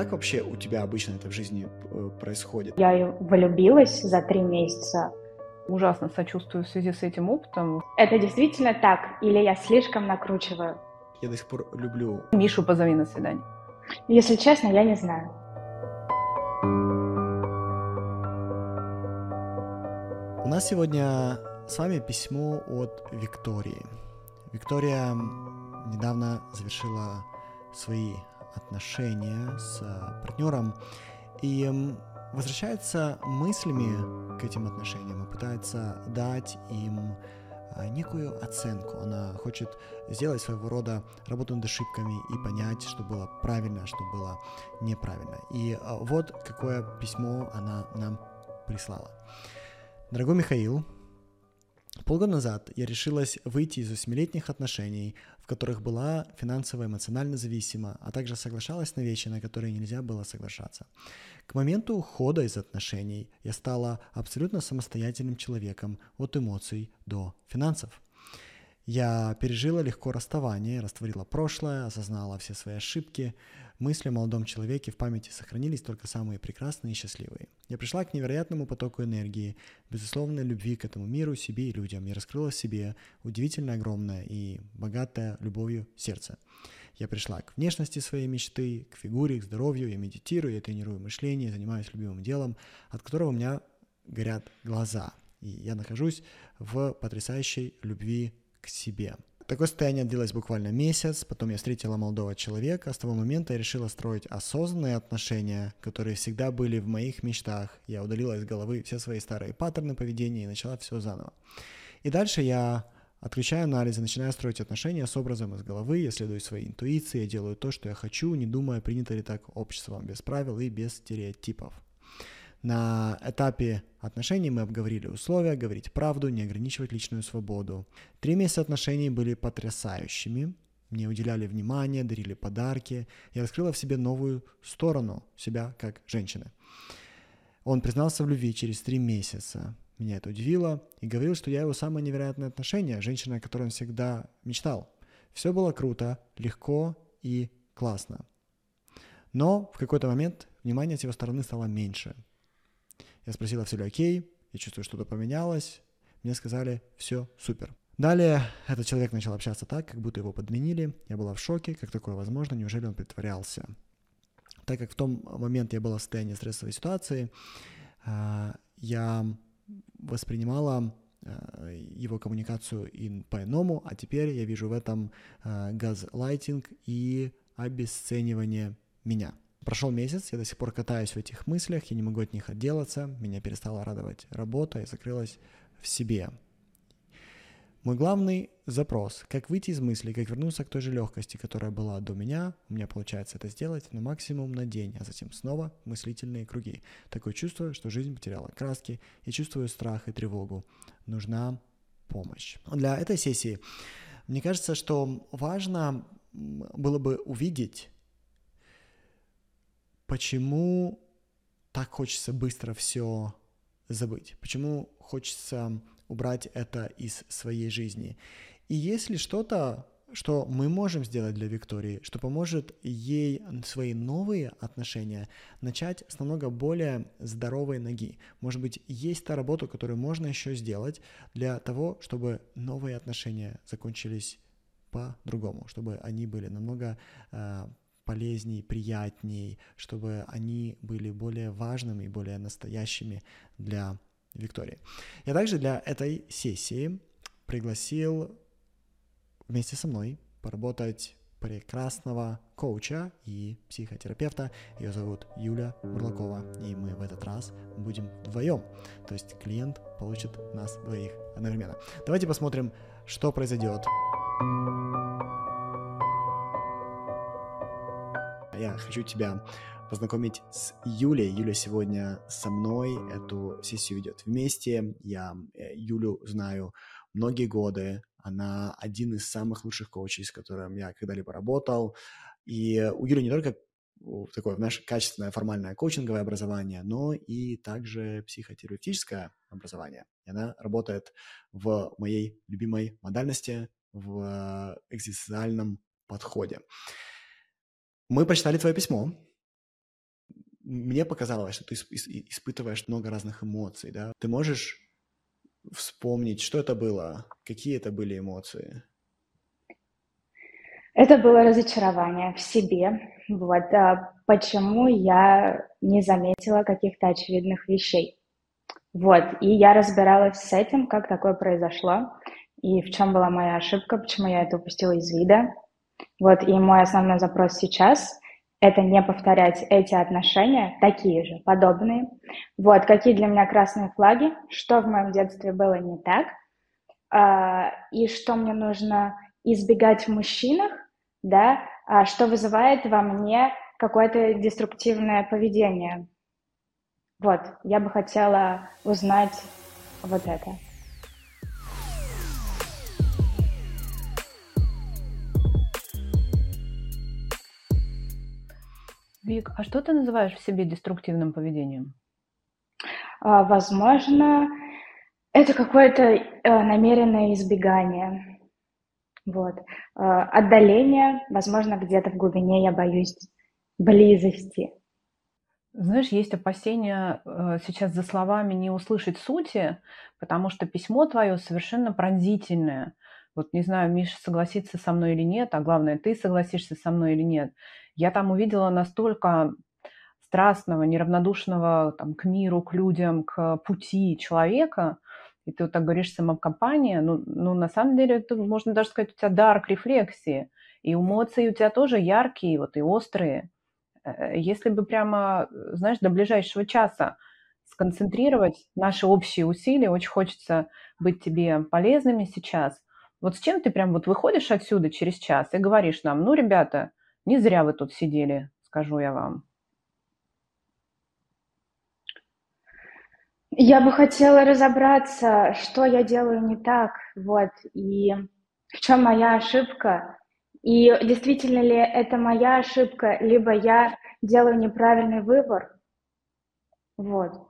как вообще у тебя обычно это в жизни происходит? Я и влюбилась за 3 месяца. Ужасно сочувствую в связи с этим опытом. Это действительно так? Или я слишком накручиваю? Я до сих пор люблю. Мишу позови на свидание. Если честно, я не знаю. У нас сегодня с вами письмо от Виктории. Виктория недавно завершила свои отношения с партнером и возвращается мыслями к этим отношениям и пытается дать им некую оценку. Она хочет сделать своего рода работу над ошибками и понять, что было правильно, что было неправильно. И вот какое письмо она нам прислала. Дорогой Михаил, полгода назад я решилась выйти из 8-летних отношений, в которых была финансово и эмоционально зависима, а также соглашалась на вещи, на которые нельзя было соглашаться. К моменту ухода из отношений я стала абсолютно самостоятельным человеком от эмоций до финансов. Я пережила легко расставание, растворила прошлое, осознала все свои ошибки. Мысли о молодом человеке в памяти сохранились только самые прекрасные и счастливые. Я пришла к невероятному потоку энергии, безусловной любви к этому миру, себе и людям. Я раскрыла в себе удивительно огромное и богатое любовью сердце. Я пришла к внешности своей мечты, к фигуре, к здоровью. Я медитирую, я тренирую мышление, занимаюсь любимым делом, от которого у меня горят глаза. И я нахожусь в потрясающей любви к себе. Такое состояние длилось буквально месяц, потом я встретила молодого человека, с того момента я решила строить осознанные отношения, которые всегда были в моих мечтах. Я удалила из головы все свои старые паттерны поведения и начала все заново. И дальше я отключаю анализ и начинаю строить отношения с образом из головы, я следую своей интуиции, я делаю то, что я хочу, не думая, принято ли так обществом, без правил и без стереотипов. На этапе отношений мы обговорили условия, говорить правду, не ограничивать личную свободу. 3 месяца отношений были потрясающими. Мне уделяли внимание, дарили подарки. Я раскрыла в себе новую сторону себя как женщины. Он признался в любви через 3 месяца. Меня это удивило и говорил, что я его самое невероятное отношение, женщина, о которой он всегда мечтал. Все было круто, легко и классно. Но в какой-то момент внимание с его стороны стало меньше. Я спросила, все ли окей, я чувствую, что-то поменялось. Мне сказали, все супер. Далее этот человек начал общаться так, как будто его подменили. Я была в шоке, как такое возможно, неужели он притворялся. Так как в том момент я была в состоянии стрессовой ситуации, я воспринимала его коммуникацию по-иному, а теперь я вижу в этом газлайтинг и обесценивание меня. Прошел месяц, я до сих пор катаюсь в этих мыслях, я не могу от них отделаться, меня перестала радовать работа, я закрылась в себе. Мой главный запрос, как выйти из мыслей, как вернуться к той же легкости, которая была до меня, у меня получается это сделать, но максимум на день, а затем снова мыслительные круги. Такое чувство, что жизнь потеряла краски, я чувствую страх и тревогу. Нужна помощь. Для этой сессии мне кажется, что важно было бы увидеть, почему так хочется быстро все забыть? Почему хочется убрать это из своей жизни? И есть ли что-то, что мы можем сделать для Виктории, что поможет ей свои новые отношения начать с намного более здоровой ноги? Может быть, есть та работа, которую можно еще сделать для того, чтобы новые отношения закончились по-другому, чтобы они были намного полезней, приятней, чтобы они были более важными и более настоящими для Виктории. Я также для этой сессии пригласил вместе со мной поработать прекрасного коуча и психотерапевта. Ее зовут Юля Бурлакова, и мы в этот раз будем вдвоем. То есть клиент получит нас двоих одновременно. Давайте посмотрим, что произойдет. Я хочу тебя познакомить с Юлей. Юля сегодня со мной эту сессию ведет вместе. Я Юлю знаю многие годы. Она один из самых лучших коучей, с которым я когда-либо работал. И у Юли не только такое наше качественное формальное коучинговое образование, но и также психотерапевтическое образование. И она работает в моей любимой модальности, в экзистенциальном подходе. Мы прочитали твое письмо, мне показалось, что ты испытываешь много разных эмоций, да? Ты можешь вспомнить, что это было? Какие это были эмоции? Это было разочарование в себе. Вот, почему я не заметила каких-то очевидных вещей. Вот, и я разбиралась с этим, как такое произошло, и в чем была моя ошибка, почему я это упустила из вида. Вот, и мой основной запрос сейчас– это не повторять эти отношения, такие же, подобные. Вот, какие для меня красные флаги, что в моем детстве было не так, и что мне нужно избегать в мужчинах, да, что вызывает во мне какое-то деструктивное поведение. Вот, я бы хотела узнать вот это. Вик, а что ты называешь в себе деструктивным поведением? Возможно, это какое-то намеренное избегание, вот, отдаление, возможно, где-то в глубине я боюсь близости. Знаешь, есть опасения сейчас за словами не услышать сути, потому что письмо твое совершенно пронзительное. Вот не знаю, Миша согласится со мной или нет, а главное, ты согласишься со мной или нет. Я там увидела настолько страстного, неравнодушного там, к миру, к людям, к пути человека, и ты вот так говоришь самокопание, ну на самом деле, это, можно даже сказать, у тебя дар к рефлексии, и эмоции у тебя тоже яркие, вот и острые. Если бы прямо, знаешь, до ближайшего часа сконцентрировать наши общие усилия, очень хочется быть тебе полезными сейчас. Вот с чем ты прям вот выходишь отсюда через час и говоришь нам, ну, ребята, не зря вы тут сидели, скажу я вам. Я бы хотела разобраться, что я делаю не так, вот, и в чем моя ошибка, и действительно ли это моя ошибка, либо я делаю неправильный выбор, вот.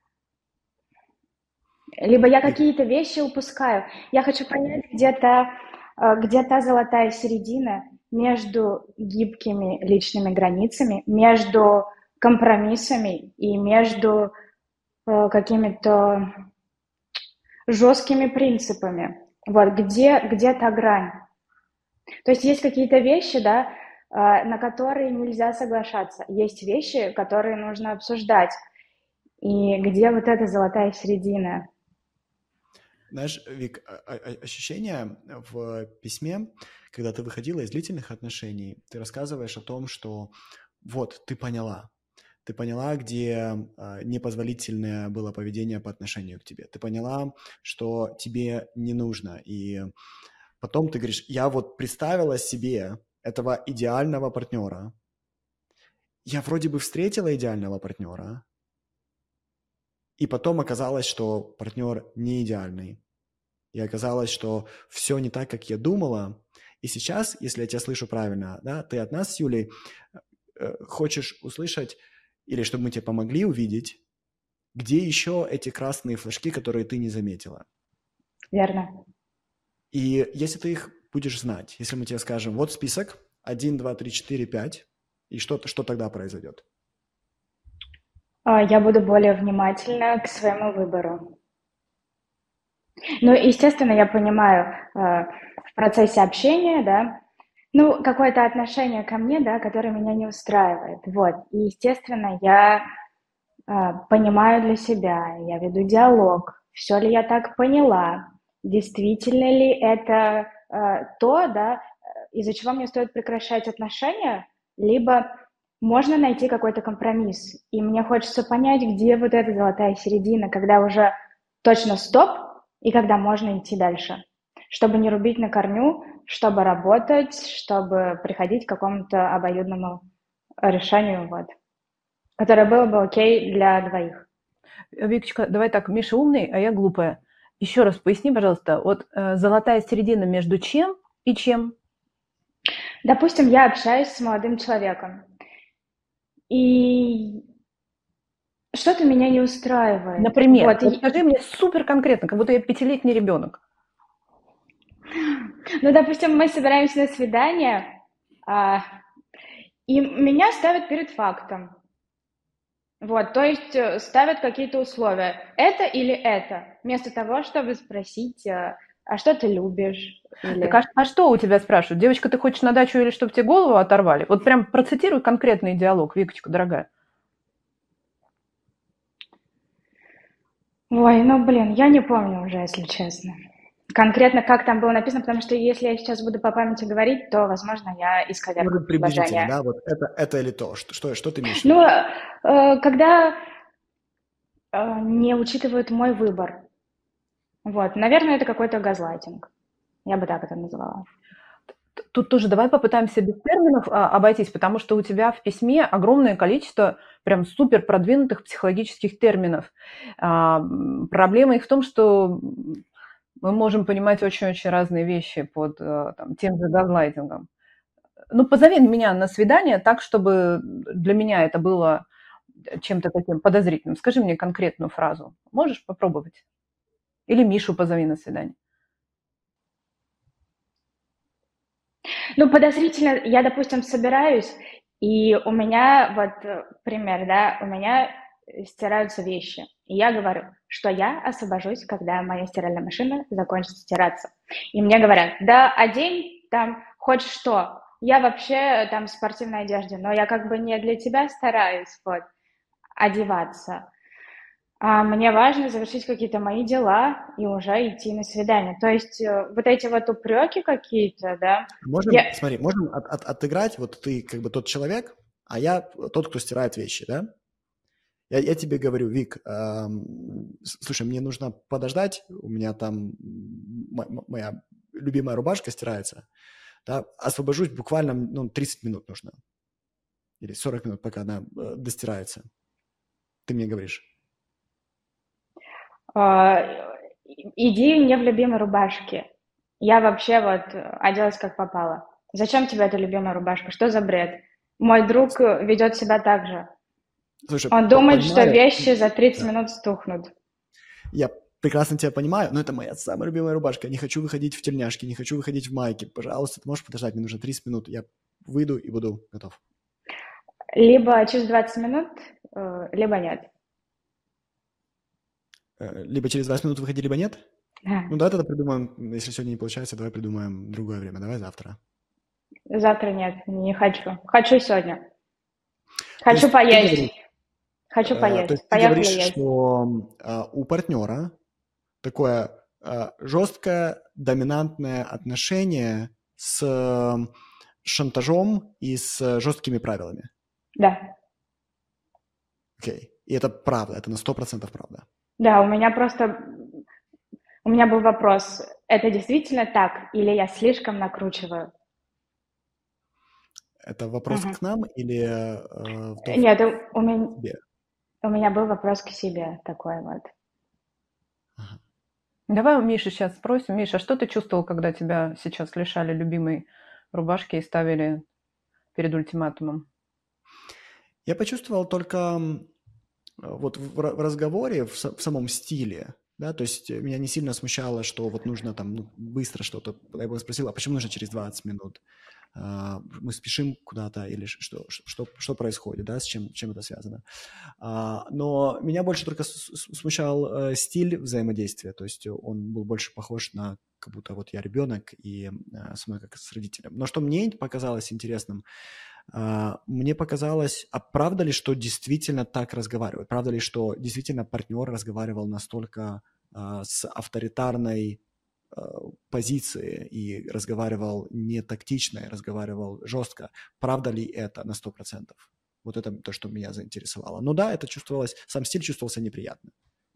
Либо я какие-то вещи упускаю. Я хочу понять, где та золотая середина между гибкими личными границами, между компромиссами и между какими-то жесткими принципами. Вот где та грань. То есть есть какие-то вещи, да, на которые нельзя соглашаться. Есть вещи, которые нужно обсуждать. И где вот эта золотая середина? Знаешь, Вик, ощущение в письме, когда ты выходила из длительных отношений, ты рассказываешь о том, что вот, ты поняла, где непозволительное было поведение по отношению к тебе. Ты поняла, что тебе не нужно. И потом ты говоришь, я вот представила себе этого идеального партнера. Я вроде бы встретила идеального партнера, и потом оказалось, что партнер не идеальный. И оказалось, что все не так, как я думала. И сейчас, если я тебя слышу правильно, да, ты от нас с Юлей хочешь услышать, или чтобы мы тебе помогли увидеть, где еще эти красные флажки, которые ты не заметила. Верно. И если ты их будешь знать, если мы тебе скажем, вот список, 1, 2, 3, 4, 5, и что тогда произойдет? Я буду более внимательна к своему выбору. Ну, естественно, я понимаю, в процессе общения, да, ну, какое-то отношение ко мне, да, которое меня не устраивает, вот. И, естественно, я понимаю для себя, я веду диалог, все ли я так поняла, действительно ли это то, да, из-за чего мне стоит прекращать отношения, либо можно найти какой-то компромисс. И мне хочется понять, где вот эта золотая середина, когда уже точно стоп, и когда можно идти дальше, чтобы не рубить на корню, чтобы работать, чтобы приходить к какому-то обоюдному решению, вот, которое было бы окей для двоих. Викочка, давай так, Миша умный, а я глупая. Еще раз поясни, пожалуйста, вот золотая середина между чем и чем? Допустим, я общаюсь с молодым человеком, и что-то меня не устраивает. Например, Вот, вот скажи мне супер конкретно, как будто я 5-летний ребенок. ну, допустим, мы собираемся на свидание, и меня ставят перед фактом. Вот, то есть ставят какие-то условия. Это или это? Вместо того, чтобы спросить, а что ты любишь? Так Или... а что у тебя спрашивают? Девочка, ты хочешь на дачу или чтобы тебе голову оторвали? Вот прям процитируй конкретный диалог, Викочка, дорогая. Ой, ну блин, я не помню уже, если честно. Конкретно, как там было написано, потому что если я сейчас буду по памяти говорить, то, возможно, я исковеркаю Может, приблизительно, предложение. да, вот это или то, что ты имеешь в Ну, виду? когда не учитывают мой выбор. Вот, наверное, это какой-то газлайтинг. Я бы так это называла. Тут тоже давай попытаемся без терминов обойтись, потому что у тебя в письме огромное количество прям супер продвинутых психологических терминов. Проблема их в том, что мы можем понимать очень-очень разные вещи под там, тем же газлайтингом. Ну, позови меня на свидание так, чтобы для меня это было чем-то таким подозрительным. Скажи мне конкретную фразу. Можешь попробовать? Или Мишу позови на свидание. Ну, подозрительно, я, допустим, собираюсь, и у меня, вот пример, да, у меня стираются вещи. И я говорю, что я освобожусь, когда моя стиральная машина закончит стираться. И мне говорят, да, одень там хоть что. Я вообще там в спортивной одежде, но я как бы не для тебя стараюсь вот одеваться. А мне важно завершить какие-то мои дела и уже идти на свидание. То есть вот эти вот упреки какие-то, да, Можем, я, смотри, можем отыграть, вот ты как бы тот человек, а я тот, кто стирает вещи, да? Я тебе говорю, Вик, слушай, мне нужно подождать, у меня там моя любимая рубашка стирается, да, освобожусь буквально, 30 минут нужно, или 40 минут, пока она достирается. Ты мне говоришь. иди не в любимой рубашке. Я вообще вот оделась как попало. Зачем тебе эта любимая рубашка? Что за бред? Мой друг ведет себя так же. Слушай, Он думает, что понимаю, вещи за 30 да, минут стухнут. я прекрасно тебя понимаю, но это моя самая любимая рубашка. Я не хочу выходить в тельняшки, не хочу выходить в майке. Пожалуйста, ты можешь подождать, мне нужно 30 минут. Я выйду и буду готов. Либо через 20 минут, либо нет. Либо через 20 минут выходи, либо нет. Да. Ну да, тогда придумаем, если сегодня не получается, давай придумаем другое время. Давай завтра. Завтра нет, не хочу. Хочу сегодня. То Хочу есть ты поесть. говоришь, Хочу то поесть. есть ты Поехали говоришь, есть. что у партнера такое жесткое, доминантное отношение с шантажом и с жесткими правилами. Да. Окей. И это правда, это на 100% правда. Да, у меня был вопрос, это действительно так, или я слишком накручиваю? Это вопрос Мгм. к нам или Нет, к тебе? у меня был вопрос к себе такой вот. Ага. Давай у Миши сейчас спросим. Миша, что ты чувствовал, когда тебя сейчас лишали любимой рубашки и ставили перед ультиматумом? Я почувствовал только вот в разговоре, в самом стиле, да, то есть меня не сильно смущало, что вот нужно там быстро что-то. Я бы спросил, а почему нужно через 20 минут? Мы спешим куда-то или что происходит, да, с чем это связано. Но меня больше только смущал стиль взаимодействия, то есть он был больше похож на как будто вот я ребенок и со мной как с родителем. Но что мне показалось интересным, мне показалось, а правда ли, что действительно так разговаривают? Правда ли, что действительно партнер разговаривал настолько с авторитарной позиции и разговаривал не тактично, и разговаривал жестко? Правда ли это на 100%? Вот это то, что меня заинтересовало. Ну да, это чувствовалось, сам стиль чувствовался неприятно.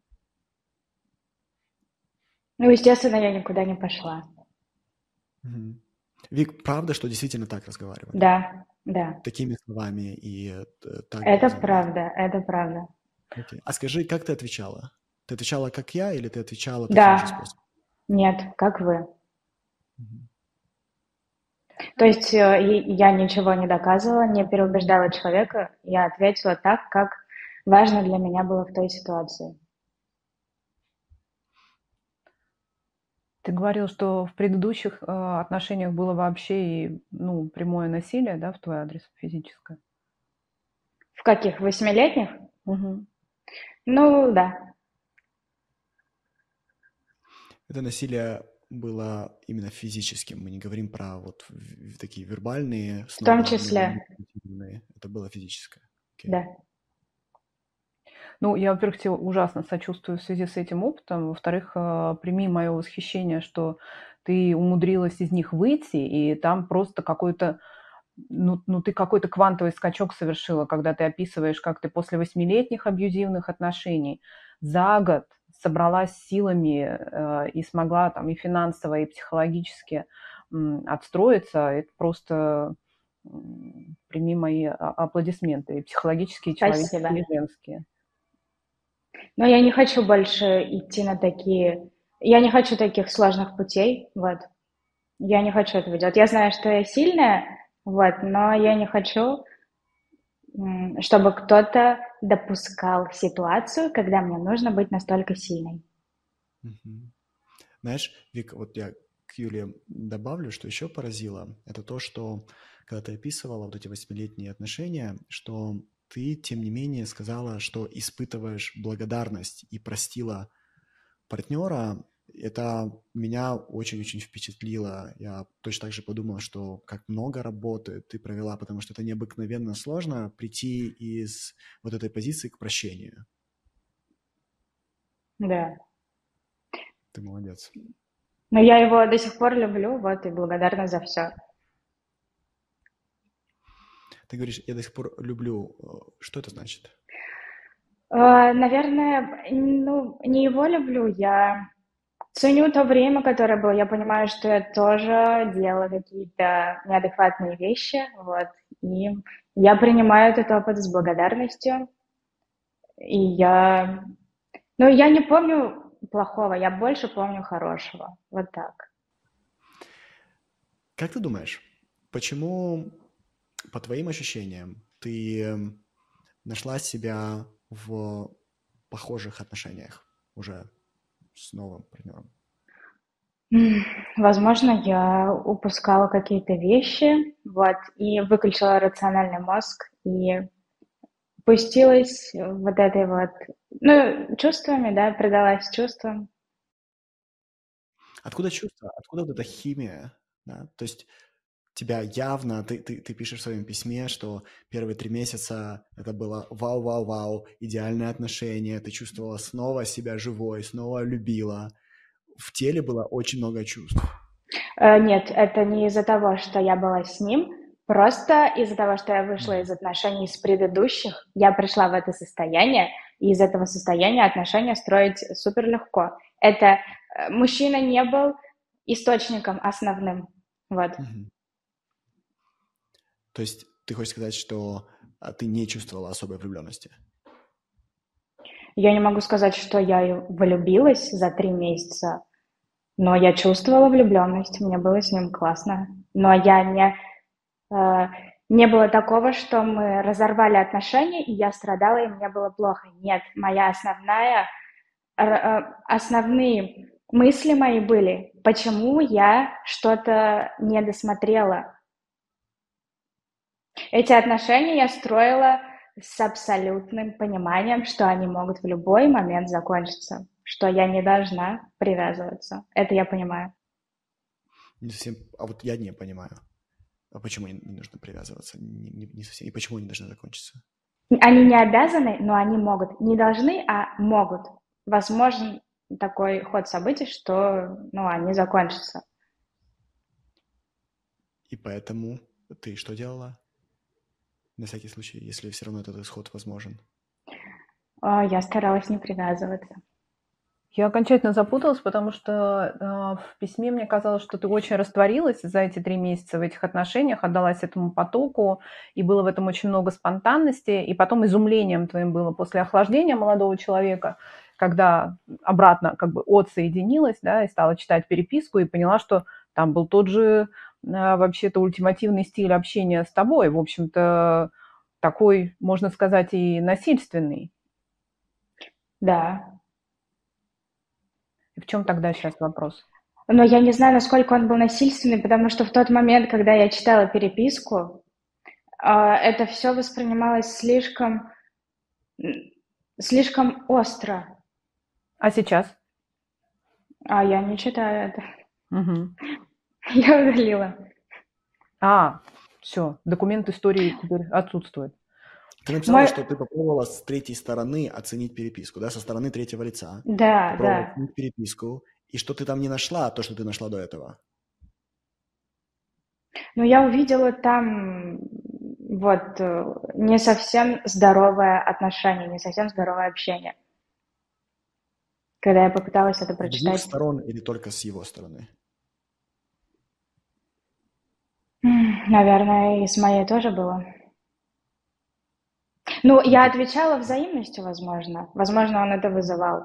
Ну, естественно, я никуда не пошла. Угу. Вик, правда, что действительно так разговаривали? Да, да. Такими словами и так было Это взаимодействие? правда, это правда. Окей. А скажи, как ты отвечала? Ты отвечала, как я, или ты отвечала таким же Да, способом? нет, как вы. Мгм. То есть я ничего не доказывала, не переубеждала человека, я ответила так, как важно для меня было в той ситуации. Ты говорил, что в предыдущих отношениях было вообще и, прямое насилие, да, в твой адрес физическое. В каких? 8-летних? Мгм. Ну, да, Это насилие было именно физическим. Мы не говорим про вот такие вербальные в том снова, но числе, манипулятивные. Это было физическое. Окей. да. Ну, я, во-первых, тебе ужасно сочувствую в связи с этим опытом. Во-вторых, прими мое восхищение, что ты умудрилась из них выйти, и там просто какой-то, ну, ты какой-то квантовый скачок совершила, когда ты описываешь, как ты после 8-летних абьюзивных отношений за год собралась силами и смогла там и финансово, и психологически отстроиться. Это просто прими мои аплодисменты, и психологические, и Спасибо. человеческие, и женские. Но я не хочу больше идти на такие... Я не хочу таких сложных путей, вот. Я не хочу этого делать. Я знаю, что я сильная, вот, но я не хочу, чтобы кто-то допускал ситуацию, когда мне нужно быть настолько сильной. Мгм. Знаешь, Вик, вот я к Юле добавлю, что еще поразило, это то, что когда ты описывала вот эти 8-летние отношения, что ты, тем не менее, сказала, что испытываешь благодарность и простила партнера. Это меня очень-очень впечатлило. Я точно так же подумал, что как много работы ты провела, потому что это необыкновенно сложно прийти из вот этой позиции к прощению. Да. Ты молодец. Но я его до сих пор люблю, вот, и благодарна за все. Ты говоришь, я до сих пор люблю. Что это значит? Наверное, ну, не его люблю, я ценю то время, которое было. Я понимаю, что я тоже делала какие-то неадекватные вещи, вот. И я принимаю этот опыт с благодарностью. И я... Ну, я не помню плохого, я больше помню хорошего. Вот так. Как ты думаешь, почему, по твоим ощущениям, ты нашла себя в похожих отношениях уже с новым партнером? Возможно, я упускала какие-то вещи, вот, и выключила рациональный мозг, и пустилась вот этой вот, ну, чувствами, да, предалась чувствам. Откуда чувство? Откуда вот эта химия? Да? То есть тебя явно, ты пишешь в своем письме, что первые 3 месяца это было вау-вау-вау, идеальное отношение, ты чувствовала снова себя живой, снова любила. В теле было очень много чувств. Нет, это не из-за того, что я была с ним, просто из-за того, что я вышла Мгм. из отношений с предыдущих, я пришла в это состояние, и из этого состояния отношения строить супер легко. Это мужчина не был источником основным, вот. Мгм. То есть ты хочешь сказать, что ты не чувствовала особой влюбленности? Я не могу сказать, что я и влюбилась за 3 месяца, но я чувствовала влюбленность, мне было с ним классно. Но я э, не было такого, что мы разорвали отношения, и я страдала, и мне было плохо. Нет, основные мысли мои были, почему я что-то не досмотрела. Эти отношения я строила с абсолютным пониманием, что они могут в любой момент закончиться, что я не должна привязываться. Это я понимаю. Не совсем, а вот я не понимаю, а почему не нужно привязываться, не совсем, и почему они должны закончиться. Они не обязаны, но они могут. Не должны, а могут. Возможен такой ход событий, что ну, они закончатся. И поэтому ты что делала? На всякий случай, если все равно этот исход возможен. Я старалась не привязываться. Я окончательно запуталась, потому что в письме мне казалось, что ты очень растворилась за эти 3 месяца в этих отношениях, отдалась этому потоку, и было в этом очень много спонтанности. И потом изумлением твоим было после охлаждения молодого человека, когда обратно как бы отсоединилась, да, и стала читать переписку, и поняла, что там был тот же вообще-то ультимативный стиль общения с тобой, в общем-то, такой, можно сказать, и насильственный. Да. И в чем тогда сейчас вопрос? Но я не знаю, насколько он был насильственный, потому что в тот момент, когда я читала переписку, это все воспринималось слишком Слишком остро. А сейчас? А я не читаю это. Мгм. Я удалила. Все, документ истории теперь отсутствует. Ты написала, Мой... что ты попробовала с третьей стороны оценить переписку, да, со стороны третьего лица. Да, Попробовала да. оценить переписку, и что ты там не нашла, то, что ты нашла до этого. Но я увидела там вот не совсем здоровое отношение, не совсем здоровое общение. Когда я попыталась это С двух прочитать, сторон или только с его стороны? наверное, и с моей тоже было. Ну, Ну, я отвечала взаимностью, возможно. Возможно, он это вызывал.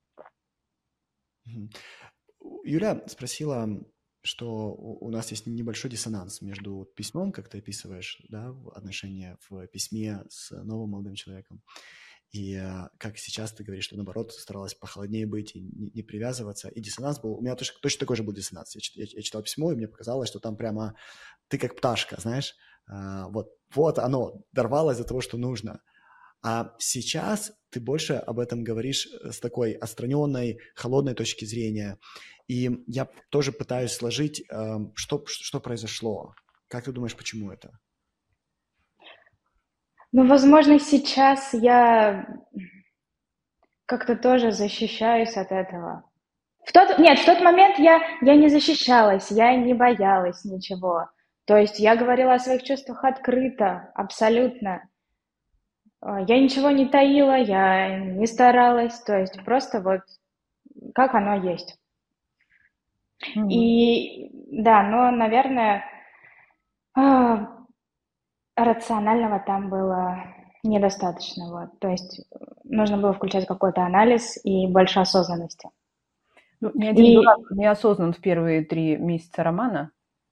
Мгм. Юля спросила, что у нас есть небольшой диссонанс между письмом, как ты описываешь, да, отношения в письме с новым молодым человеком, и как сейчас ты говоришь, что, наоборот, старалась похолоднее быть и не привязываться. И диссонанс был... У меня точно такой же был диссонанс. Я читал письмо, и мне показалось, что там прямо ты как пташка, знаешь, вот оно, дорвалось до того, что нужно. А сейчас ты больше об этом говоришь с такой отстраненной, холодной точки зрения. И я тоже пытаюсь сложить, что произошло. Как ты думаешь, почему это? Ну, возможно, сейчас я как-то тоже защищаюсь от этого. Нет, в тот момент я не защищалась, я не боялась ничего. То есть я говорила о своих чувствах открыто, абсолютно. Я ничего не таила, я не старалась, то есть просто вот как оно есть. Мгм. И да, но, наверное, а, рационального там было недостаточно. Вот. То есть нужно было включать какой-то анализ и больше осознанности. Ну, ни один дурак И не осознан в первые 3 месяца романа.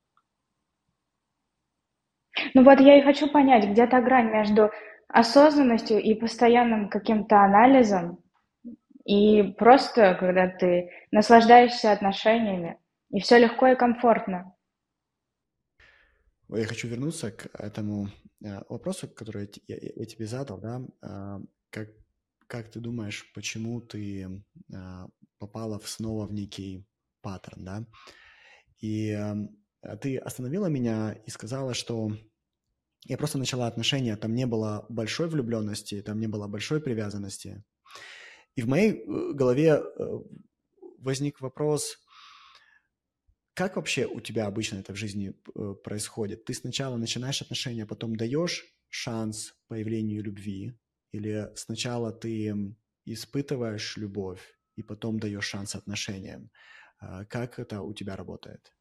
ну вот я и хочу понять, где та грань между осознанностью и постоянным каким-то анализом, и просто когда ты наслаждаешься отношениями, и все легко и комфортно. Я хочу вернуться к этому вопросу, который я тебе задал, да, как, как ты думаешь, почему ты попала снова в некий паттерн, да? И ты остановила меня и сказала, что я просто начала отношения, там не было большой влюбленности, там не было большой привязанности. И в моей голове возник вопрос, как вообще у тебя обычно это в жизни происходит? Ты сначала начинаешь отношения, потом даешь шанс появлению любви? Или сначала ты испытываешь любовь и потом даешь шанс отношениям? Как это у тебя работает?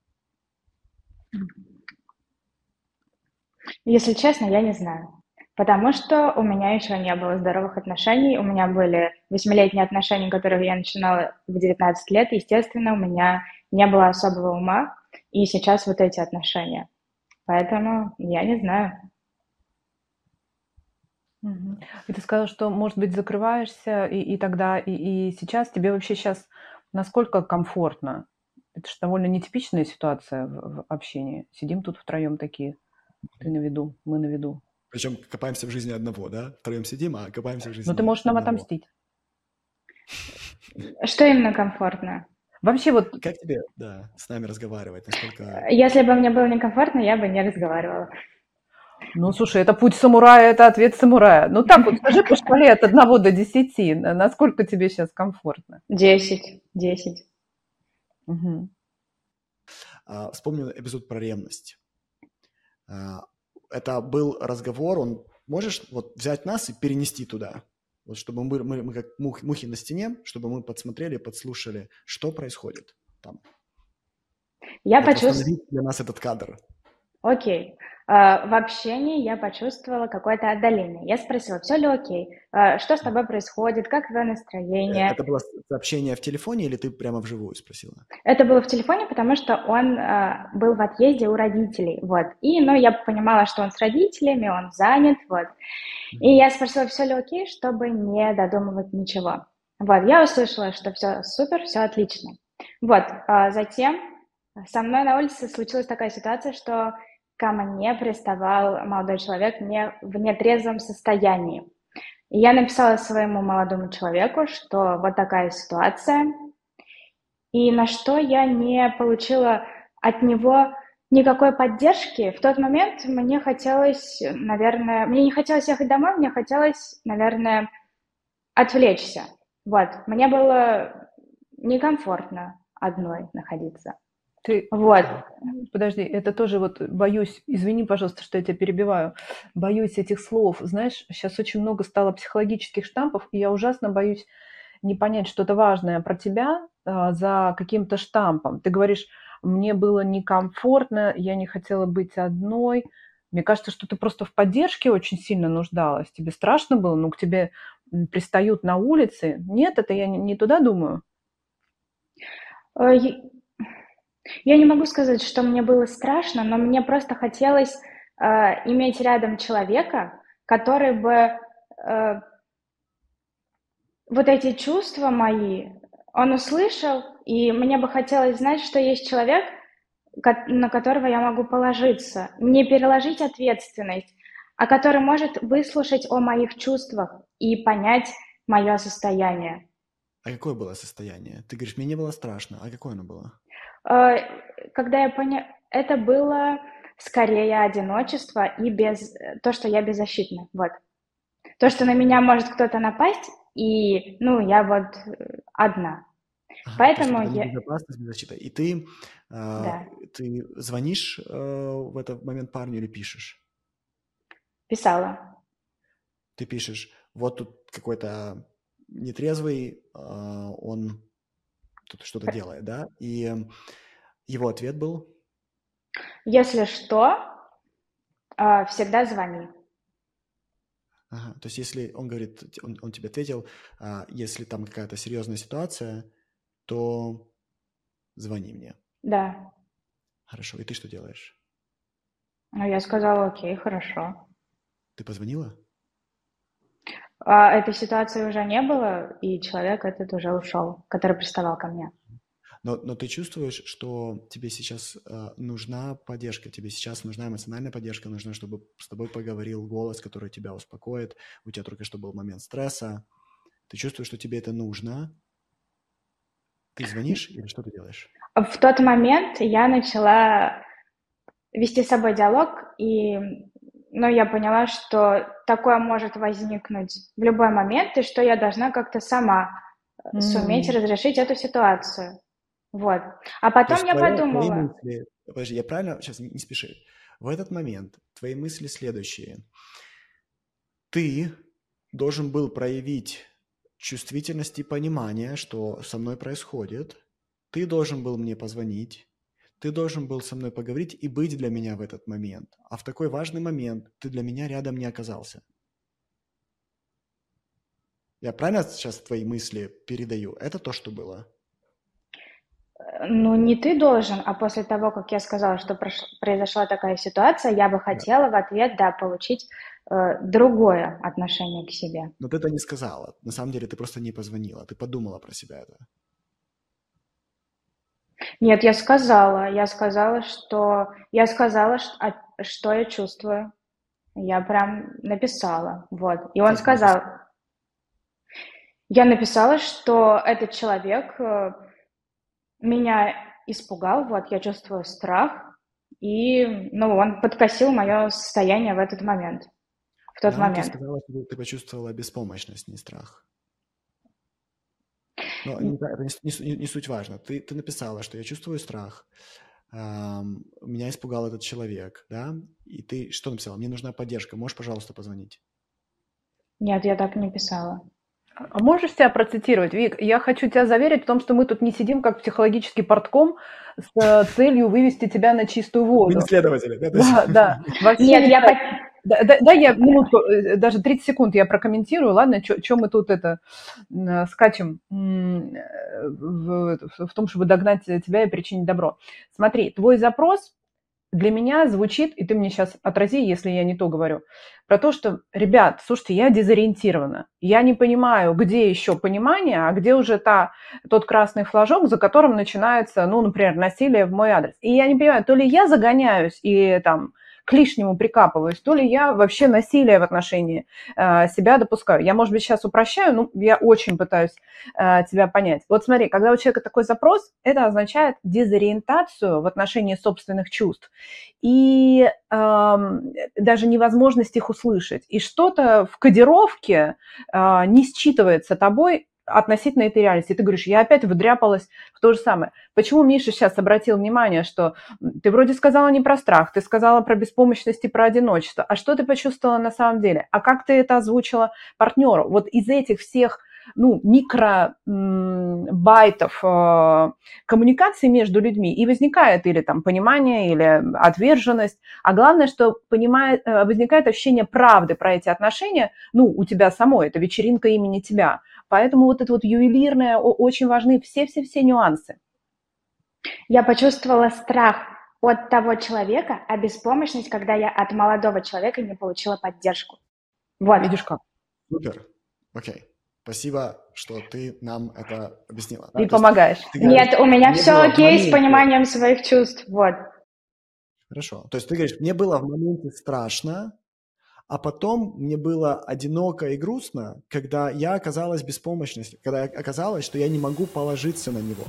Если честно, я не знаю. Потому что у меня еще не было здоровых отношений. У меня были восьмилетние отношения, которые я начинала в 19 лет. Естественно, у меня не было особого ума. И сейчас вот эти отношения. Поэтому я не знаю. Мгм. И ты сказала, что, может быть, закрываешься, и тогда, и сейчас тебе вообще сейчас насколько комфортно? Это же довольно нетипичная ситуация в общении. Сидим тут втроем такие, ты на виду, мы на виду. Причем копаемся в жизни одного, да? Втроем сидим, а копаемся в Но ты жизни можешь нам одного. отомстить. Что именно комфортно? Вообще вот, Как тебе, да, с нами разговаривать? Насколько... Если бы мне было некомфортно, я бы не разговаривала. ну, слушай, это путь самурая, это ответ самурая. Ну так вот, скажи по шкале от 1 до 10, насколько тебе сейчас комфортно? 10, 10. Мгм. Вспомню эпизод про ревность. Это был разговор, он можешь вот взять нас и перенести туда, вот чтобы мы как мухи на стене, чтобы мы подсмотрели, подслушали, что происходит там. Я Вот почувствовала... восстановить для нас этот кадр. Окей. В общении я почувствовала какое-то отдаление. Я спросила, все ли окей, что с тобой происходит, как твое настроение. Это было сообщение в телефоне или ты прямо вживую спросила? Это было в телефоне, потому что он был в отъезде у родителей, вот. И, ну, я понимала, что он с родителями, он занят, вот. И я спросила, все ли окей, чтобы не додумывать ничего. Вот, я услышала, что все супер, все отлично. Вот, затем со мной на улице случилась такая ситуация, что ко мне приставал молодой человек не в нетрезвом состоянии. И я написала своему молодому человеку, что вот такая ситуация, и на что я не получила от него никакой поддержки. В тот момент мне хотелось, наверное, мне не хотелось ехать домой, мне хотелось, наверное, отвлечься. Вот, мне было некомфортно одной находиться. Вот. Подожди, это тоже вот боюсь, извини, пожалуйста, что я тебя перебиваю, боюсь этих слов. Знаешь, сейчас очень много стало психологических штампов, и я ужасно боюсь не понять что-то важное про тебя за каким-то штампом. Ты говоришь, мне было некомфортно, я не хотела быть одной. Мне кажется, что ты просто в поддержке очень сильно нуждалась. Тебе страшно было, ну, к тебе пристают на улице. Нет, это я не туда думаю. Я не могу сказать, что мне было страшно, но мне просто хотелось иметь рядом человека, который бы вот эти чувства мои, он услышал, и мне бы хотелось знать, что есть человек, на которого я могу положиться, не переложить ответственность, а который может выслушать о моих чувствах и понять мое состояние. А какое было состояние? Ты говоришь, мне не было страшно. А какое оно было? Когда я поняла, это было скорее одиночество и то, что я беззащитна. Вот. То, что на меня может кто-то напасть, и, ну, я вот одна. Ага, Поэтому то есть безопасность, беззащита. И ты, да, ты звонишь в этот момент парню или пишешь? писала. Ты пишешь, вот тут какой-то нетрезвый, он тут что-то делает, да? И его ответ был? Если что, всегда звони. Ага, то есть если он говорит, он тебе ответил, если там какая-то серьезная ситуация, то звони мне. Да. Хорошо, и ты что делаешь? Ну, я сказала, окей, хорошо. Ты позвонила? Этой ситуации уже не было, и человек этот уже ушел, который приставал ко мне. Но ты чувствуешь, что тебе сейчас нужна поддержка, тебе сейчас нужна эмоциональная поддержка, нужно, чтобы с тобой поговорил голос, который тебя успокоит, у тебя только что был момент стресса, ты чувствуешь, что тебе это нужно, ты звонишь или что ты делаешь? В тот момент я начала вести с собой диалог, и я поняла, что такое может возникнуть в любой момент, и что я должна как-то сама суметь разрешить эту ситуацию. Вот. А потом я подумала... Подожди, я правильно? Сейчас не спеши. В этот момент твои мысли следующие. Ты должен был проявить чувствительность и понимание, что со мной происходит. Ты должен был мне позвонить. Ты должен был со мной поговорить и быть для меня в этот момент. А в такой важный момент ты для меня рядом не оказался. Я правильно сейчас твои мысли передаю? Это то, что было? Ну, не ты должен, а после того, как я сказала, что произошла такая ситуация, я бы хотела в ответ, да, получить другое отношение к себе. Но ты это не сказала. На самом деле ты просто не позвонила. Ты подумала про себя это. Нет, я сказала, что я чувствую. Я прям написала, вот. И он сказал, я написала, что этот человек меня испугал, вот, я чувствую страх, и, он подкосил мое состояние в этот момент, в тот момент. Ты сказала, что ты почувствовала беспомощность, не страх. Но это не суть важно. Ты написала, что я чувствую страх, меня испугал этот человек, да? И ты что написала? Мне нужна поддержка, можешь, пожалуйста, позвонить? Нет, я так не писала. А можешь себя процитировать, Вик? Я хочу тебя заверить в том, что мы тут не сидим как психологический портком с целью вывести тебя на чистую воду. Мы исследователи, да? Да. Нет, да, я минутку, даже 30 секунд я прокомментирую, ладно, что мы тут скачем в том, чтобы догнать тебя и причинить добро. Смотри, твой запрос для меня звучит, и ты мне сейчас отрази, если я не то говорю, про то, что, ребят, слушайте, я дезориентирована, я не понимаю, где еще понимание, а где уже тот красный флажок, за которым начинается, например, насилие в мой адрес. И я не понимаю, то ли я загоняюсь и там к лишнему прикапываюсь, то ли я вообще насилие в отношении себя допускаю. Я, может быть, сейчас упрощаю, но я очень пытаюсь тебя понять. Вот смотри, когда у человека такой запрос, это означает дезориентацию в отношении собственных чувств и даже невозможность их услышать. И что-то в кодировке не считывается тобой относительно этой реальности. Ты говоришь, я опять вдряпалась в то же самое. Почему Миша сейчас обратил внимание, что ты вроде сказала не про страх, ты сказала про беспомощность и про одиночество, а что ты почувствовала на самом деле? А как ты это озвучила партнеру? Вот из этих всех микробайтов коммуникации между людьми и возникает или там понимание, или отверженность. А главное, что возникает ощущение правды про эти отношения, у тебя самой, это вечеринка имени тебя. Поэтому вот это вот ювелирное, очень важны все-все-все нюансы. Я почувствовала страх от того человека, а беспомощность, когда я от молодого человека не получила поддержку. Вот. Видишь как? Супер. Окей. Спасибо, что ты нам это объяснила. Ты помогаешь. Нет, у меня все окей с пониманием своих чувств. Вот. Хорошо. То есть ты говоришь, мне было в моменте страшно, а потом мне было одиноко и грустно, когда я оказалась беспомощной, когда оказалось, что я не могу положиться на него.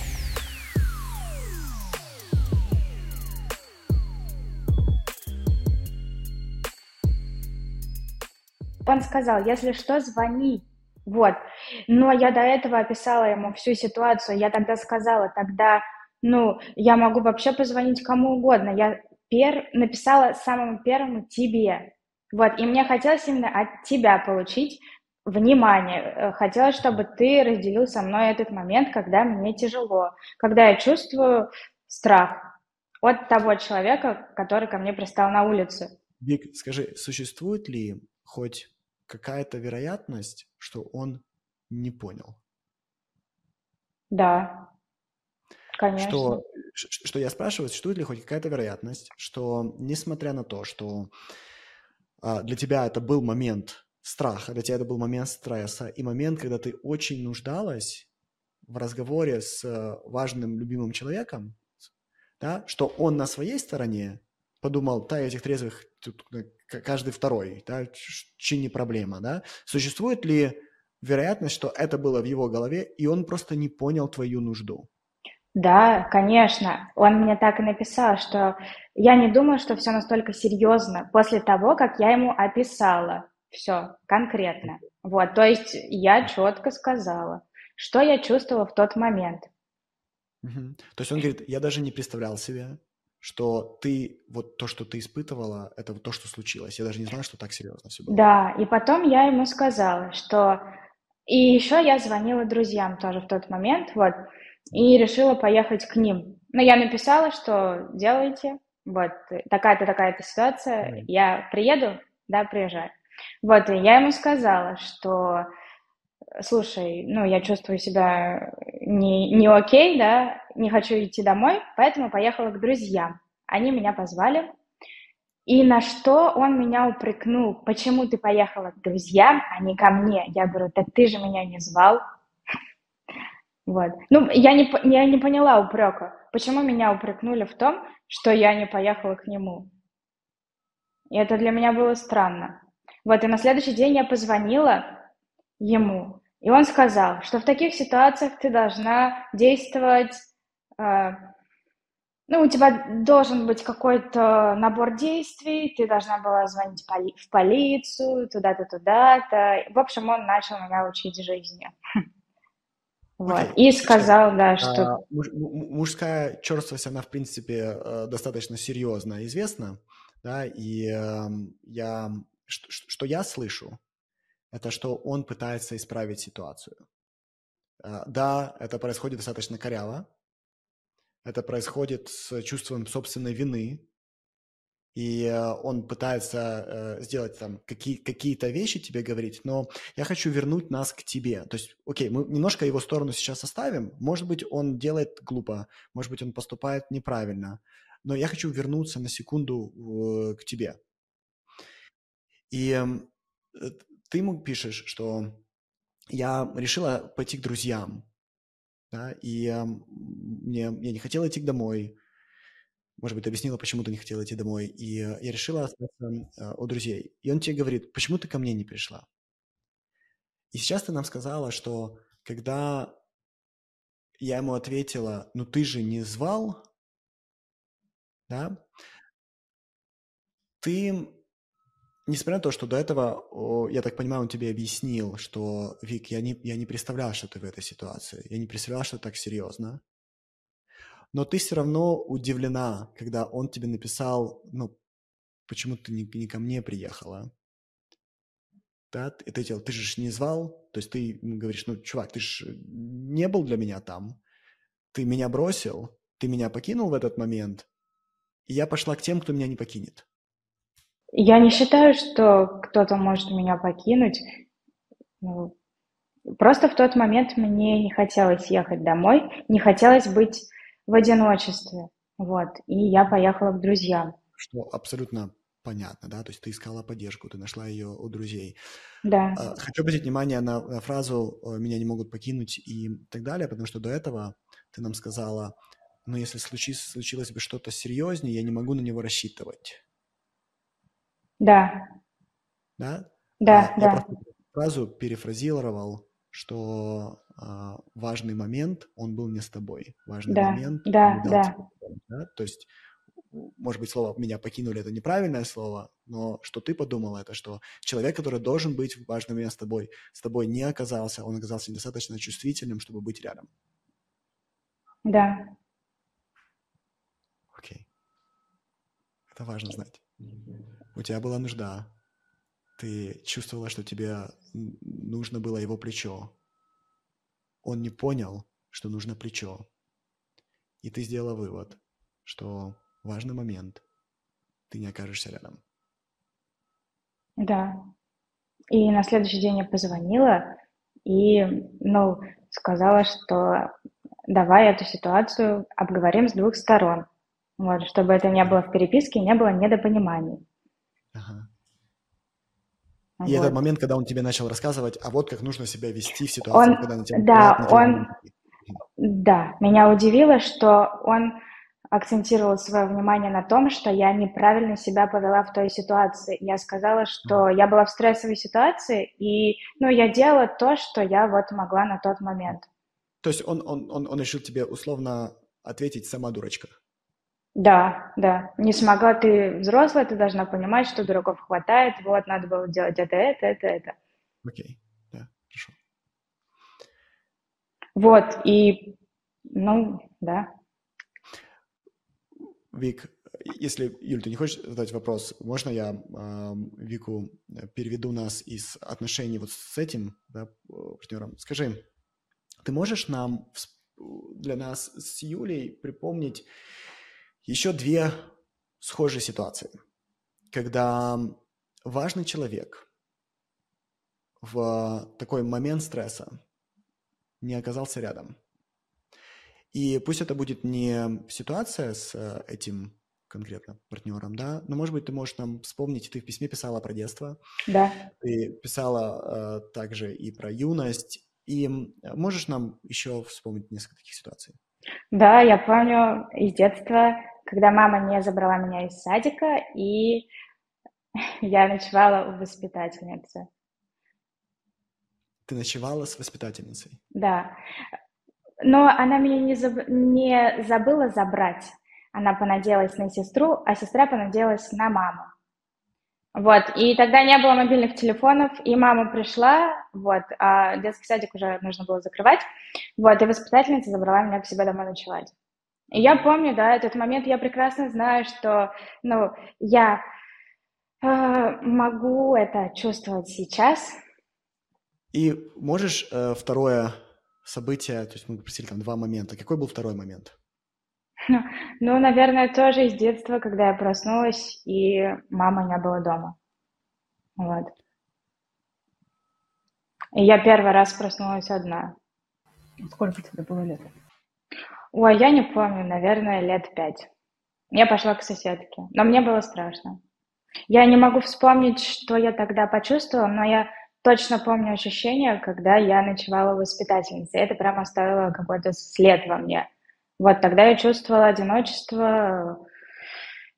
Он сказал, если что, звони. Вот. Но я до этого описала ему всю ситуацию. Я тогда сказала, я могу вообще позвонить кому угодно. Я написала самому первому тебе. Вот. И мне хотелось именно от тебя получить внимание. Хотелось, чтобы ты разделил со мной этот момент, когда мне тяжело, когда я чувствую страх от того человека, который ко мне пристал на улице. Вик, скажи, существует ли хоть какая-то вероятность, что он не понял? Да, конечно. Что я спрашиваю, существует ли хоть какая-то вероятность, что несмотря на то, что для тебя это был момент страха, для тебя это был момент стресса и момент, когда ты очень нуждалась в разговоре с важным, любимым человеком, да, что он на своей стороне подумал, этих трезвых тут каждый второй, да, чи не проблема, да? Существует ли вероятность, что это было в его голове, и он просто не понял твою нужду? Да, конечно. Он мне так и написал, что я не думаю, что все настолько серьезно после того, как я ему описала все конкретно. Вот, то есть я четко сказала, что я чувствовала в тот момент. Угу. То есть он говорит, я даже не представлял себе, что то, что ты испытывала, это то, что случилось. Я даже не знала, что так серьезно все было. Да, и потом я ему сказала, что... И еще я звонила друзьям тоже в тот момент, вот, и решила поехать к ним. Но я написала, что делаете, вот, такая-то, такая-то ситуация, я приеду, да, приезжаю. Вот, и я ему сказала, что, слушай, я чувствую себя не окей, да, не хочу идти домой, поэтому поехала к друзьям. Они меня позвали, и на что он меня упрекнул, почему ты поехала к друзьям, а не ко мне. Я говорю, так ты же меня не звал. Вот. Я не поняла упрека. Почему меня упрекнули в том, что я не поехала к нему? И это для меня было странно. Вот, и на следующий день я позвонила ему, и он сказал, что в таких ситуациях ты должна действовать... у тебя должен быть какой-то набор действий, ты должна была звонить в полицию, туда-то, туда-то. В общем, он начал меня учить жизни. Вот. И сказал, да, что... Мужская черствость, она, в принципе, достаточно серьезно известна, да, и что я слышу, это что он пытается исправить ситуацию. Да, это происходит достаточно коряво, это происходит с чувством собственной вины, и он пытается сделать там какие-то вещи тебе говорить, но я хочу вернуть нас к тебе. То есть, окей, мы немножко его сторону сейчас оставим, может быть, он делает глупо, может быть, он поступает неправильно, но я хочу вернуться на секунду к тебе. И ты ему пишешь, что я решила пойти к друзьям, да, и я не хотела идти домой, может быть, ты объяснила, почему ты не хотела идти домой, и я решила остаться у друзей. И он тебе говорит, почему ты ко мне не пришла? И сейчас ты нам сказала, что когда я ему ответила, ну ты же не звал, да, ты, несмотря на то, что до этого, я так понимаю, он тебе объяснил, что, Вик, я не представлял, что ты в этой ситуации, я не представлял, что так серьезно, но ты все равно удивлена, когда он тебе написал, ну, почему ты не ко мне приехала, да, ты же не звал, то есть ты говоришь, ну, чувак, ты же не был для меня там, ты меня бросил, ты меня покинул в этот момент, и я пошла к тем, кто меня не покинет. Я не считаю, что кто-то может меня покинуть. Ну, просто в тот момент мне не хотелось ехать домой, не хотелось быть в одиночестве. Вот. И я поехала к друзьям. Что абсолютно понятно, да, то есть ты искала поддержку, ты нашла ее у друзей. Да. Хочу обратить внимание на фразу «меня не могут покинуть» и так далее, потому что до этого ты нам сказала, ну, если случилось бы что-то серьезнее, я не могу на него рассчитывать. Да. Да? Да, Я да. просто эту фразу перефразировал, что важный момент, он был не с тобой. Важный Да, момент, он не да, дал да. тебе помощь, да? То есть, может быть, слово «меня покинули» — это неправильное слово, но что ты подумала, это что человек, который должен быть в важный момент с тобой не оказался, он оказался недостаточно чувствительным, чтобы быть рядом. Да. Окей. Это важно знать. У тебя была нужда. Ты чувствовала, что тебе нужно было его плечо. Он не понял, что нужно плечо. И ты сделала вывод, что важный момент, ты не окажешься рядом. Да. И на следующий день я позвонила и, ну, сказала, что давай эту ситуацию обговорим с двух сторон. Вот, чтобы это не было в переписке, не было недопониманий. Ага. И этот Вот. момент, когда он тебе начал рассказывать, а вот как нужно себя вести в ситуации, когда на тебя нападают Да, незнакомые люди. да, меня удивило, что он акцентировал свое внимание на том, что я неправильно себя повела в той ситуации. Я сказала, что я была в стрессовой ситуации, и, ну, я делала то, что я вот могла на тот момент. То есть он решил тебе условно ответить «сама дурочка». Да, да. Не смогла, ты взрослая, ты должна понимать, что дураков хватает, вот, надо было делать это. Окей, да, хорошо. Вот, и, ну, да. Вик, если, Юль, ты не хочешь задать вопрос, можно я Вику переведу нас из отношений вот с этим, да, партнером? Скажи, ты можешь нам, для нас с Юлей припомнить еще две схожие ситуации, когда важный человек в такой момент стресса не оказался рядом? И пусть это будет не ситуация с этим конкретно партнером, да, но, может быть, ты можешь нам вспомнить, ты в письме писала про детство, Да. ты писала также и про юность, и можешь нам еще вспомнить несколько таких ситуаций? Да, я помню из детства, когда мама не забрала меня из садика, и я ночевала у воспитательницы. Ты ночевала с воспитательницей? Да. Но она меня не забыла забрать. Она понадеялась на сестру, а сестра понадеялась на маму. Вот, и тогда не было мобильных телефонов, и мама пришла, вот, а детский садик уже нужно было закрывать, вот, и воспитательница забрала меня к себе домой ночевать. И я помню, да, этот момент, я прекрасно знаю, что, ну, я могу это чувствовать сейчас. И можешь второе событие, то есть мы попросили там два момента, какой был второй момент? Ну, наверное, тоже из детства, когда я проснулась, и мамы не было дома. Вот. И я первый раз проснулась одна. Сколько тебе было лет? Ой, я не помню, наверное, лет 5. Я пошла к соседке, но мне было страшно. Я не могу вспомнить, что я тогда почувствовала, но я точно помню ощущение, когда я ночевала у воспитательницы. Это прямо оставило какой-то след во мне. Вот тогда я чувствовала одиночество,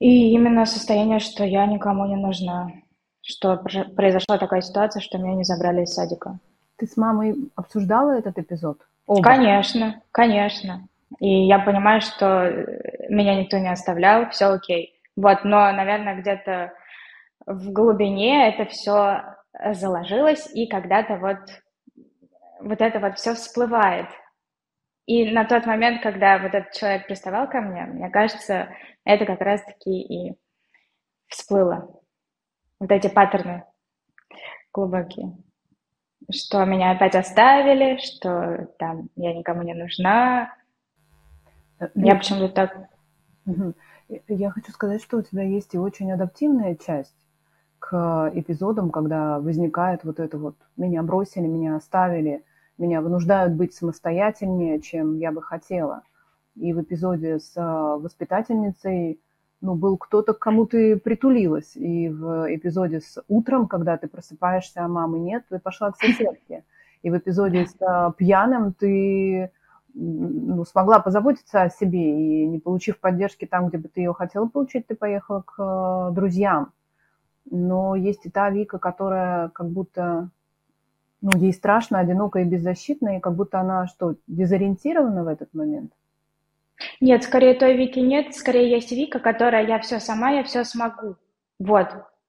И именно состояние, что я никому не нужна, что произошла такая ситуация, что меня не забрали из садика. Ты с мамой обсуждала этот эпизод? Оба? Конечно, конечно. И я понимаю, что меня никто не оставлял, все окей. Вот, но, наверное, где-то в глубине это все заложилось, и когда-то вот это вот все всплывает. И на тот момент, когда вот этот человек приставал ко мне кажется, это как раз-таки и всплыло. Вот эти паттерны глубокие. Что меня опять оставили, что там я никому не нужна. Я Лёш, почему-то так... мгм. Я хочу сказать, что у тебя есть и очень адаптивная часть к эпизодам, когда возникает вот это вот «меня бросили, меня оставили, меня вынуждают быть самостоятельнее, чем я бы хотела». И в эпизоде с воспитательницей был кто-то, к кому ты притулилась. И в эпизоде с утром, когда ты просыпаешься, а мамы нет, ты пошла к соседке. И в эпизоде с пьяным ты смогла позаботиться о себе, и не получив поддержки там, где бы ты ее хотела получить, ты поехала к друзьям. Но есть и та Вика, которая как будто, ей страшно, одиноко и беззащитно, и как будто она что, дезориентирована в этот момент? Нет, скорее той Вики нет, скорее есть Вика, которая я все сама, я все смогу. Вот.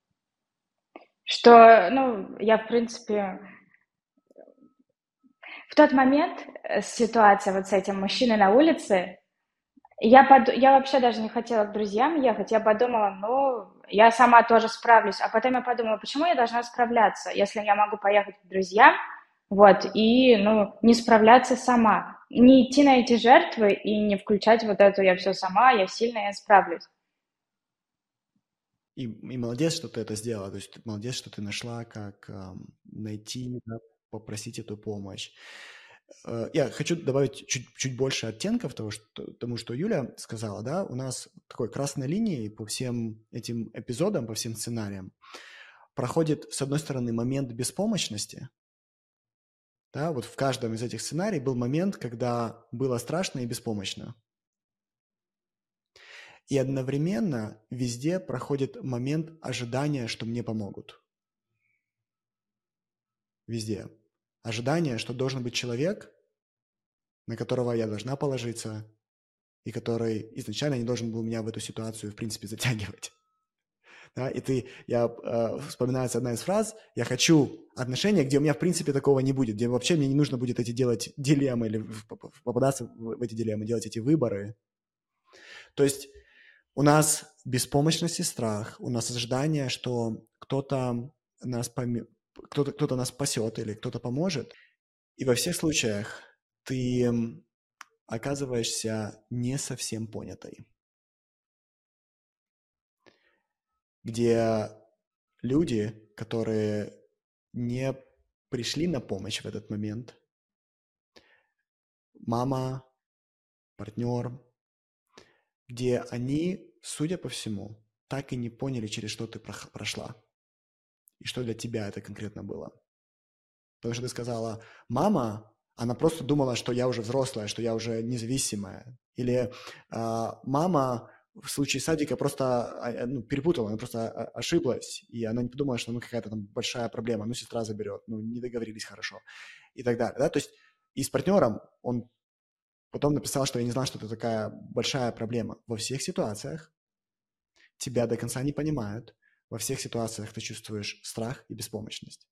Что, я, в принципе, в тот момент ситуация вот с этим мужчиной на улице, я вообще даже не хотела к друзьям ехать, я подумала, я сама тоже справлюсь. А потом я подумала, почему я должна справляться, если я могу поехать к друзьям, вот, и, не справляться сама. Не идти на эти жертвы и не включать вот эту «я все сама, я сильная, я справлюсь». И молодец, что ты это сделала, то есть молодец, что ты нашла, как найти, да, попросить эту помощь. Я хочу добавить чуть больше оттенков тому, что Юля сказала, да, у нас такой красной линией по всем этим эпизодам, по всем сценариям проходит, с одной стороны, момент беспомощности, да, вот в каждом из этих сценариев был момент, когда было страшно и беспомощно. И одновременно везде проходит момент ожидания, что мне помогут. Везде. Ожидание, что должен быть человек, на которого я должна положиться, и который изначально не должен был меня в эту ситуацию, в принципе, затягивать. Да? Вспоминается одна из фраз: «Я хочу отношения, где у меня, в принципе, такого не будет, где вообще мне не нужно будет эти делать дилеммы или попадаться в эти дилеммы, делать эти выборы». То есть у нас беспомощность и страх, у нас ожидание, что кто-то кто-то нас спасет или кто-то поможет. И во всех случаях ты оказываешься не совсем понятой. Где люди, которые не пришли на помощь в этот момент, мама, партнер, где они, судя по всему, так и не поняли, через что ты прошла и что для тебя это конкретно было. Потому что ты сказала, мама, она просто думала, что я уже взрослая, что я уже независимая. Или мама в случае садика просто перепутала, она просто ошиблась, и она не подумала, что какая-то там большая проблема, сестра заберет, не договорились хорошо и так далее. Да? То есть и с партнером он потом написал, что я не знал, что это такая большая проблема. Во всех ситуациях тебя до конца не понимают, во всех ситуациях ты чувствуешь страх и беспомощность.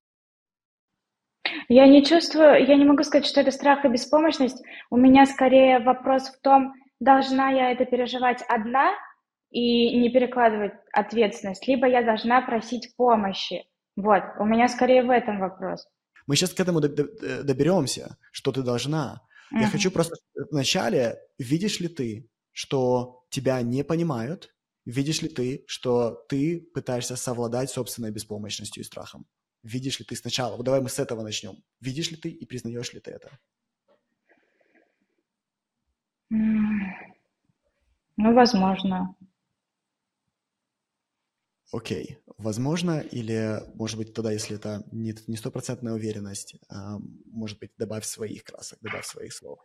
Я не чувствую, я не могу сказать, что это страх и беспомощность. У меня скорее вопрос в том, должна я это переживать одна и не перекладывать ответственность, либо я должна просить помощи. Вот, у меня скорее в этом вопрос. Мы сейчас к этому доберемся, что ты должна. Я хочу просто вначале, видишь ли ты, что тебя не понимают? Видишь ли ты, что ты пытаешься совладать собственной беспомощностью и страхом? Видишь ли ты сначала? Вот давай мы с этого начнем. Видишь ли ты и признаешь ли ты это? Возможно. Окей, возможно, или, может быть, тогда, если это не стопроцентная уверенность, может быть, добавь своих красок, добавь своих слов.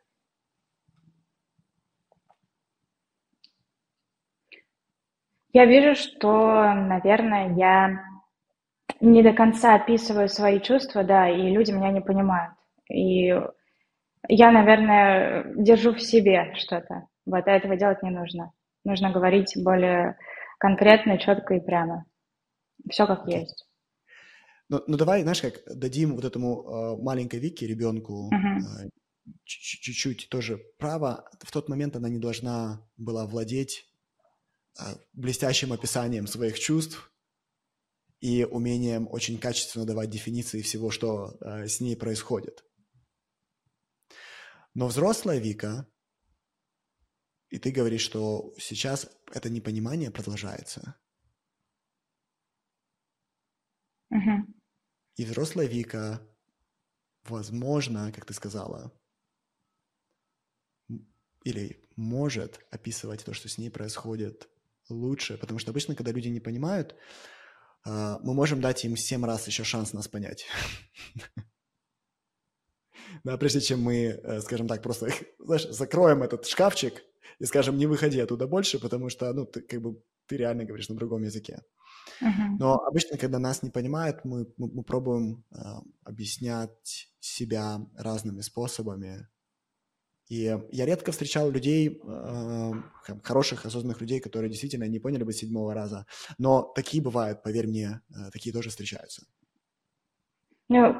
Я вижу, что, наверное, я не до конца описываю свои чувства, да, и люди меня не понимают. И я, наверное, держу в себе что-то. Вот, а этого делать не нужно. Нужно говорить более конкретно, четко и прямо. Все как Окей. есть. Ну, давай, знаешь, как дадим вот этому маленькой Вике, ребенку, Мгм. чуть-чуть тоже право. В тот момент она не должна была владеть блестящим описанием своих чувств и умением очень качественно давать дефиниции всего, что с ней происходит. Но взрослая Вика, и ты говоришь, что сейчас это непонимание продолжается. Мгм. И взрослая Вика, возможно, как ты сказала, или может описывать то, что с ней происходит лучше, потому что обычно, когда люди не понимают, мы можем дать им 7 раз еще шанс нас понять. Да, прежде чем мы, скажем так, просто, знаешь, закроем этот шкафчик и скажем, не выходи оттуда больше, потому что, ну, ты, как бы, ты реально говоришь на другом языке. Мгм. Но обычно, когда нас не понимают, мы пробуем объяснять себя разными способами. И я редко встречал людей, хороших, осознанных людей, которые действительно не поняли бы с 7-го раза. Но такие бывают, поверь мне, такие тоже встречаются. Ну,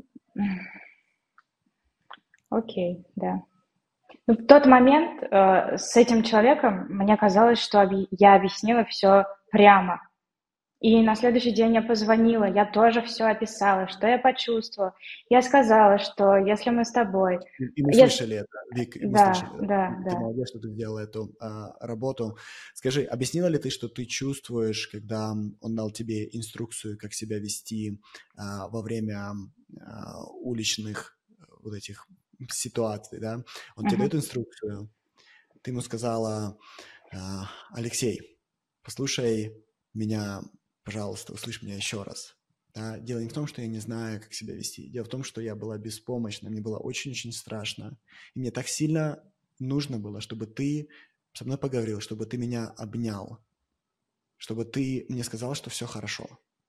окей, да. Ну, в тот момент с этим человеком мне казалось, что я объяснила все прямо. И на следующий день я позвонила, я тоже все описала, что я почувствовала. Я сказала, что если мы с тобой... И мы Ес- слышали это, Вик, и мы слышали Да, это. да, Ты да. молодец, что ты сделала эту работу. Скажи, объяснила ли ты, что ты чувствуешь, когда он дал тебе инструкцию, как себя вести во время уличных вот этих ситуаций, да? Он тебе Мгм. дает инструкцию, ты ему сказала, Алексей, послушай меня, пожалуйста, услышь меня еще раз. Да, дело не в том, что я не знаю, как себя вести. Дело в том, что я была беспомощна, мне было очень-очень страшно. И мне так сильно нужно было, чтобы ты со мной поговорил, чтобы ты меня обнял, чтобы ты мне сказал, что все хорошо.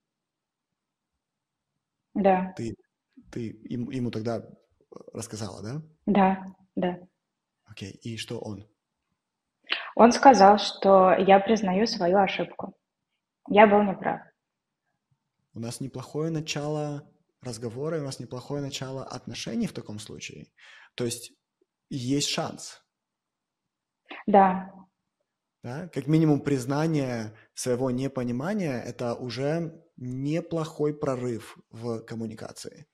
Да, Ты, ты ему тогда рассказала, да? да, да. Окей, и что он? Он сказал, что я признаю свою ошибку. Я был неправ. У нас неплохое начало разговора, у нас неплохое начало отношений в таком случае. То есть есть шанс, Да, да? Как минимум признание своего непонимания – это уже неплохой прорыв в коммуникации.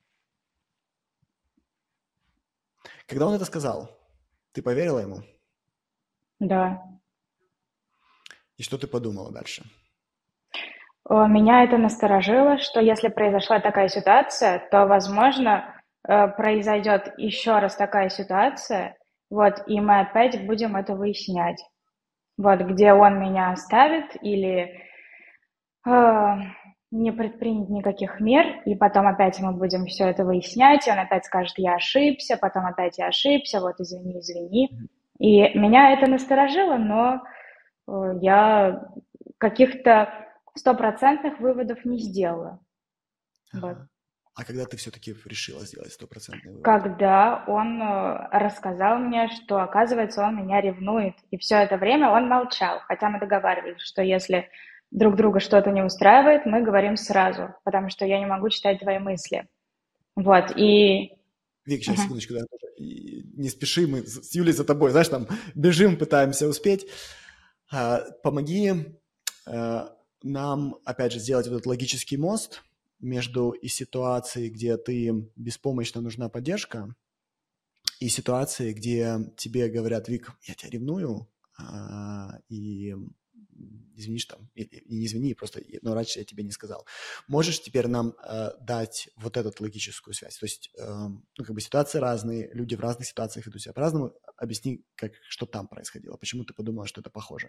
Когда он это сказал, ты поверила ему? да. И что ты подумала дальше? Меня это насторожило, что если произошла такая ситуация, то, возможно, произойдет еще раз такая ситуация, вот, и мы опять будем это выяснять. Вот, где он меня оставит или э, не предпринят никаких мер, и потом опять мы будем все это выяснять, и он опять скажет, я ошибся, потом опять я ошибся, вот, извини, извини. И меня это насторожило, но я каких-то стопроцентных выводов не сделала. Вот. Ага. А когда ты все-таки решила сделать стопроцентный вывод? Когда он рассказал мне, что, оказывается, он меня ревнует, и все это время он молчал, хотя мы договаривались, что если друг друга что-то не устраивает, мы говорим сразу, потому что я не могу читать твои мысли. Вот, и... Вик, сейчас, Мгм. секундочку, да, не спеши, мы с Юлей за тобой, знаешь, там бежим, пытаемся успеть. Помоги нам, опять же, сделать вот этот логический мост между и ситуацией, где ты беспомощно нужна поддержка, и ситуацией, где тебе говорят, Вик, я тебя ревную, и извини, там, и не извини, просто, но раньше я тебе не сказал. Можешь теперь нам дать вот эту логическую связь? То есть, ну, как бы ситуации разные, люди в разных ситуациях ведут себя по-разному. Объясни, что там происходило, почему ты подумала, что это похоже?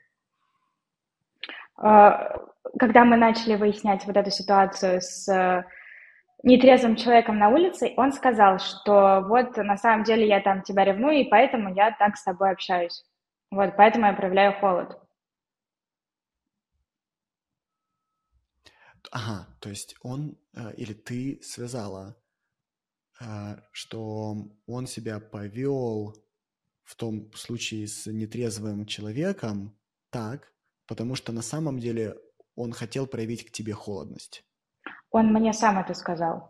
Когда мы начали выяснять вот эту ситуацию с нетрезвым человеком на улице, он сказал, что вот на самом деле я там тебя ревную, и поэтому я так с тобой общаюсь. Вот, поэтому я проявляю холод. Ага, то есть он или ты связала, что он себя повел в том случае с нетрезвым человеком так, потому что на самом деле он хотел проявить к тебе холодность. Он мне сам это сказал.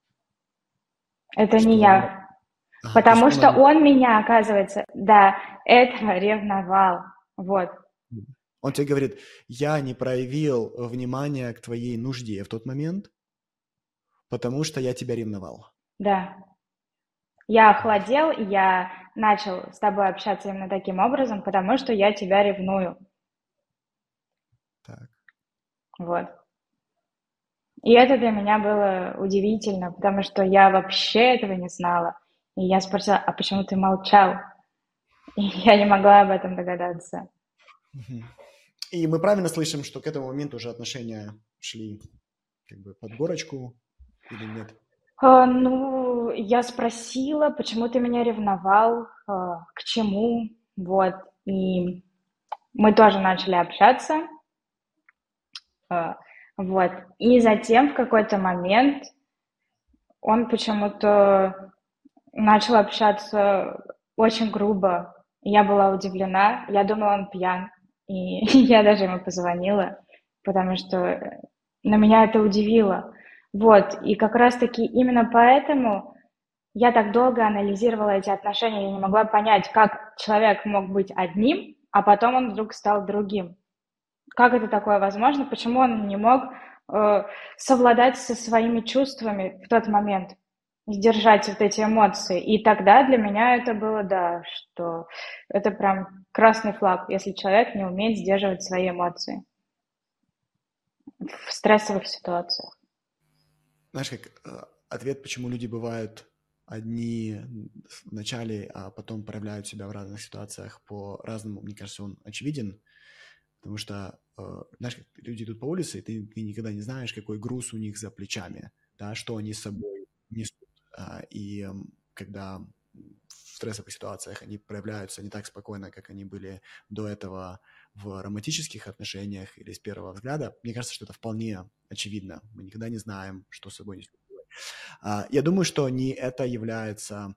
Это не Что, я. то есть Потому что он меня, оказывается, да, этого ревновал. Вот. он тебе говорит, я не проявил внимания к твоей нужде в тот момент, потому что я тебя ревновал. Да. Я охладел, я начал с тобой общаться именно таким образом, потому что я тебя ревную. Так. Вот. И это для меня было удивительно, потому что я вообще этого не знала. И я спросила, а почему ты молчал? И я не могла об этом догадаться. И мы правильно слышим, что к этому моменту уже отношения шли как бы под горочку или нет? Ну, я спросила, почему ты меня ревновал, к чему, вот. И мы тоже начали общаться, вот. И затем в какой-то момент он почему-то начал общаться очень грубо. Я была удивлена, я думала, он пьян. И я даже ему позвонила, потому что на меня это удивило. Вот, и как раз-таки именно поэтому я так долго анализировала эти отношения, я не могла понять, как человек мог быть одним, а потом он вдруг стал другим. Как это такое возможно? Почему он не мог совладать со своими чувствами в тот момент, сдержать вот эти эмоции? И тогда для меня это было, да, что это прям красный флаг, если человек не умеет сдерживать свои эмоции в стрессовых ситуациях. Знаешь, как ответ, почему люди бывают одни в начале, а потом проявляют себя в разных ситуациях по-разному, мне кажется, он очевиден, потому что, знаешь, как люди идут по улице, и ты никогда не знаешь, какой груз у них за плечами, да, что они с собой несут. И когда в стрессовых ситуациях они проявляются не так спокойно, как они были до этого в романтических отношениях или с первого взгляда, мне кажется, что это вполне очевидно. Мы никогда не знаем, что с собой несут. Я думаю, что не это является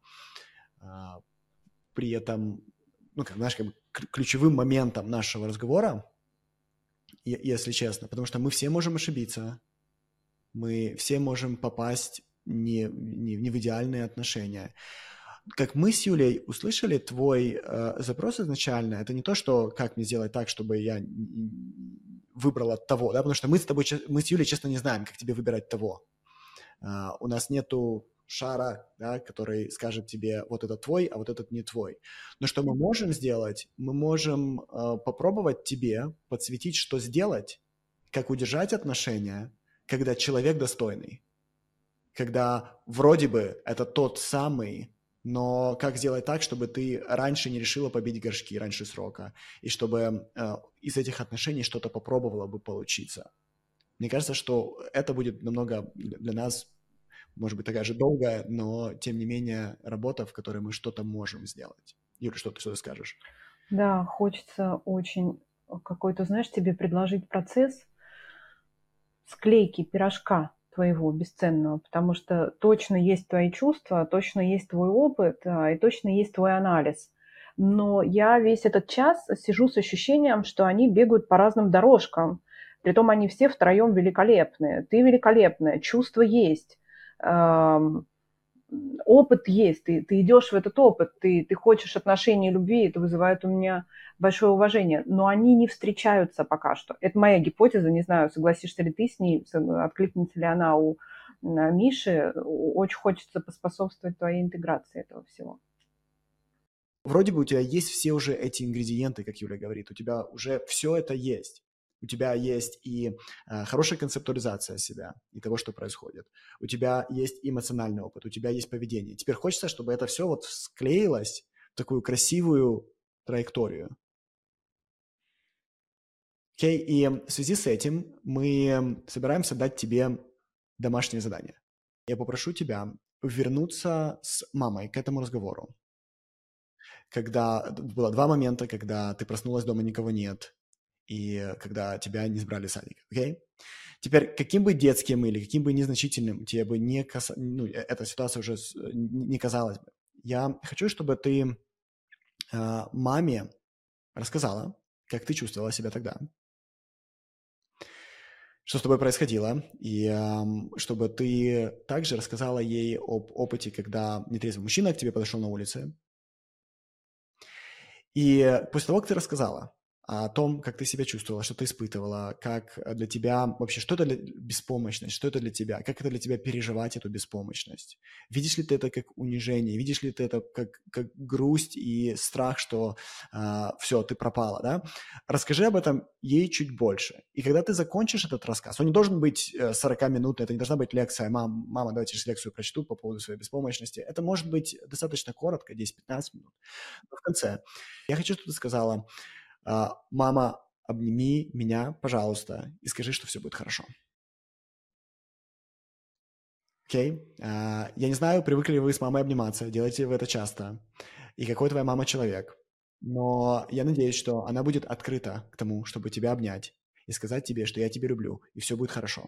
при этом, ну, как, знаешь, как бы ключевым моментом нашего разговора, если честно, потому что мы все можем ошибиться, мы все можем попасть не в идеальные отношения. Как мы с Юлей услышали твой запрос изначально, это не то, что как мне сделать так, чтобы я выбрала того, да, потому что мы с Юлей, честно, не знаем, как тебе выбирать того. У нас нету шара, да, который скажет тебе, вот это твой, а вот этот не твой. Но что мы можем сделать? Мы можем попробовать тебе подсветить, что сделать, как удержать отношения, когда человек достойный, когда вроде бы это тот самый, но как сделать так, чтобы ты раньше не решила побить горшки раньше срока, и чтобы из этих отношений что-то попробовало бы получиться. Мне кажется, что это будет намного для нас, может быть, такая же долгая, но, тем не менее, работа, в которой мы что-то можем сделать. Юля, что ты скажешь? Да, хочется очень какой-то, знаешь, тебе предложить процесс склейки пирожка твоего бесценного, потому что точно есть твои чувства, точно есть твой опыт и точно есть твой анализ. Но я весь этот час сижу с ощущением, что они бегают по разным дорожкам. Притом они все втроем великолепные. Ты великолепная, чувства есть, опыт есть, ты идешь в этот опыт, ты хочешь отношений и любви, это вызывает у меня большое уважение, но они не встречаются пока что. Это моя гипотеза, не знаю, согласишься ли ты с ней, откликнется ли она у Миши. Очень хочется поспособствовать твоей интеграции этого всего. Вроде бы у тебя есть все уже эти ингредиенты, как Юля говорит, у тебя уже все это есть. У тебя есть и хорошая концептуализация себя и того, что происходит. У тебя есть эмоциональный опыт, у тебя есть поведение. Теперь хочется, чтобы это все вот склеилось в такую красивую траекторию. Окей, и в связи с этим мы собираемся дать тебе домашнее задание. Я попрошу тебя вернуться с мамой к этому разговору. Когда было два момента, когда ты проснулась, дома никого нет, и когда тебя не сбрали в садик, окей? Теперь, каким бы детским или каким бы незначительным тебе бы эта ситуация уже не казалась бы, я хочу, чтобы ты маме рассказала, как ты чувствовала себя тогда, что с тобой происходило, и чтобы ты также рассказала ей об опыте, когда нетрезвый мужчина к тебе подошел на улице. И после того, как ты рассказала о том, как ты себя чувствовала, что ты испытывала, как для тебя вообще, что это беспомощность, что это для тебя, как это для тебя переживать эту беспомощность. Видишь ли ты это как унижение, видишь ли ты это как грусть и страх, что все, ты пропала, да? Расскажи об этом ей чуть больше. И когда ты закончишь этот рассказ, он не должен быть 40-минутный, это не должна быть лекция, мама, давайте сейчас лекцию прочту по поводу своей беспомощности. Это может быть достаточно коротко, 10-15 минут. Но в конце я хочу, чтобы ты сказала: мама, обними меня, пожалуйста, и скажи, что все будет хорошо. Окей? Я не знаю, привыкли ли вы с мамой обниматься, делаете ли вы это часто, и какой твоя мама человек. Но я надеюсь, что она будет открыта к тому, чтобы тебя обнять и сказать тебе, что я тебя люблю, и все будет хорошо.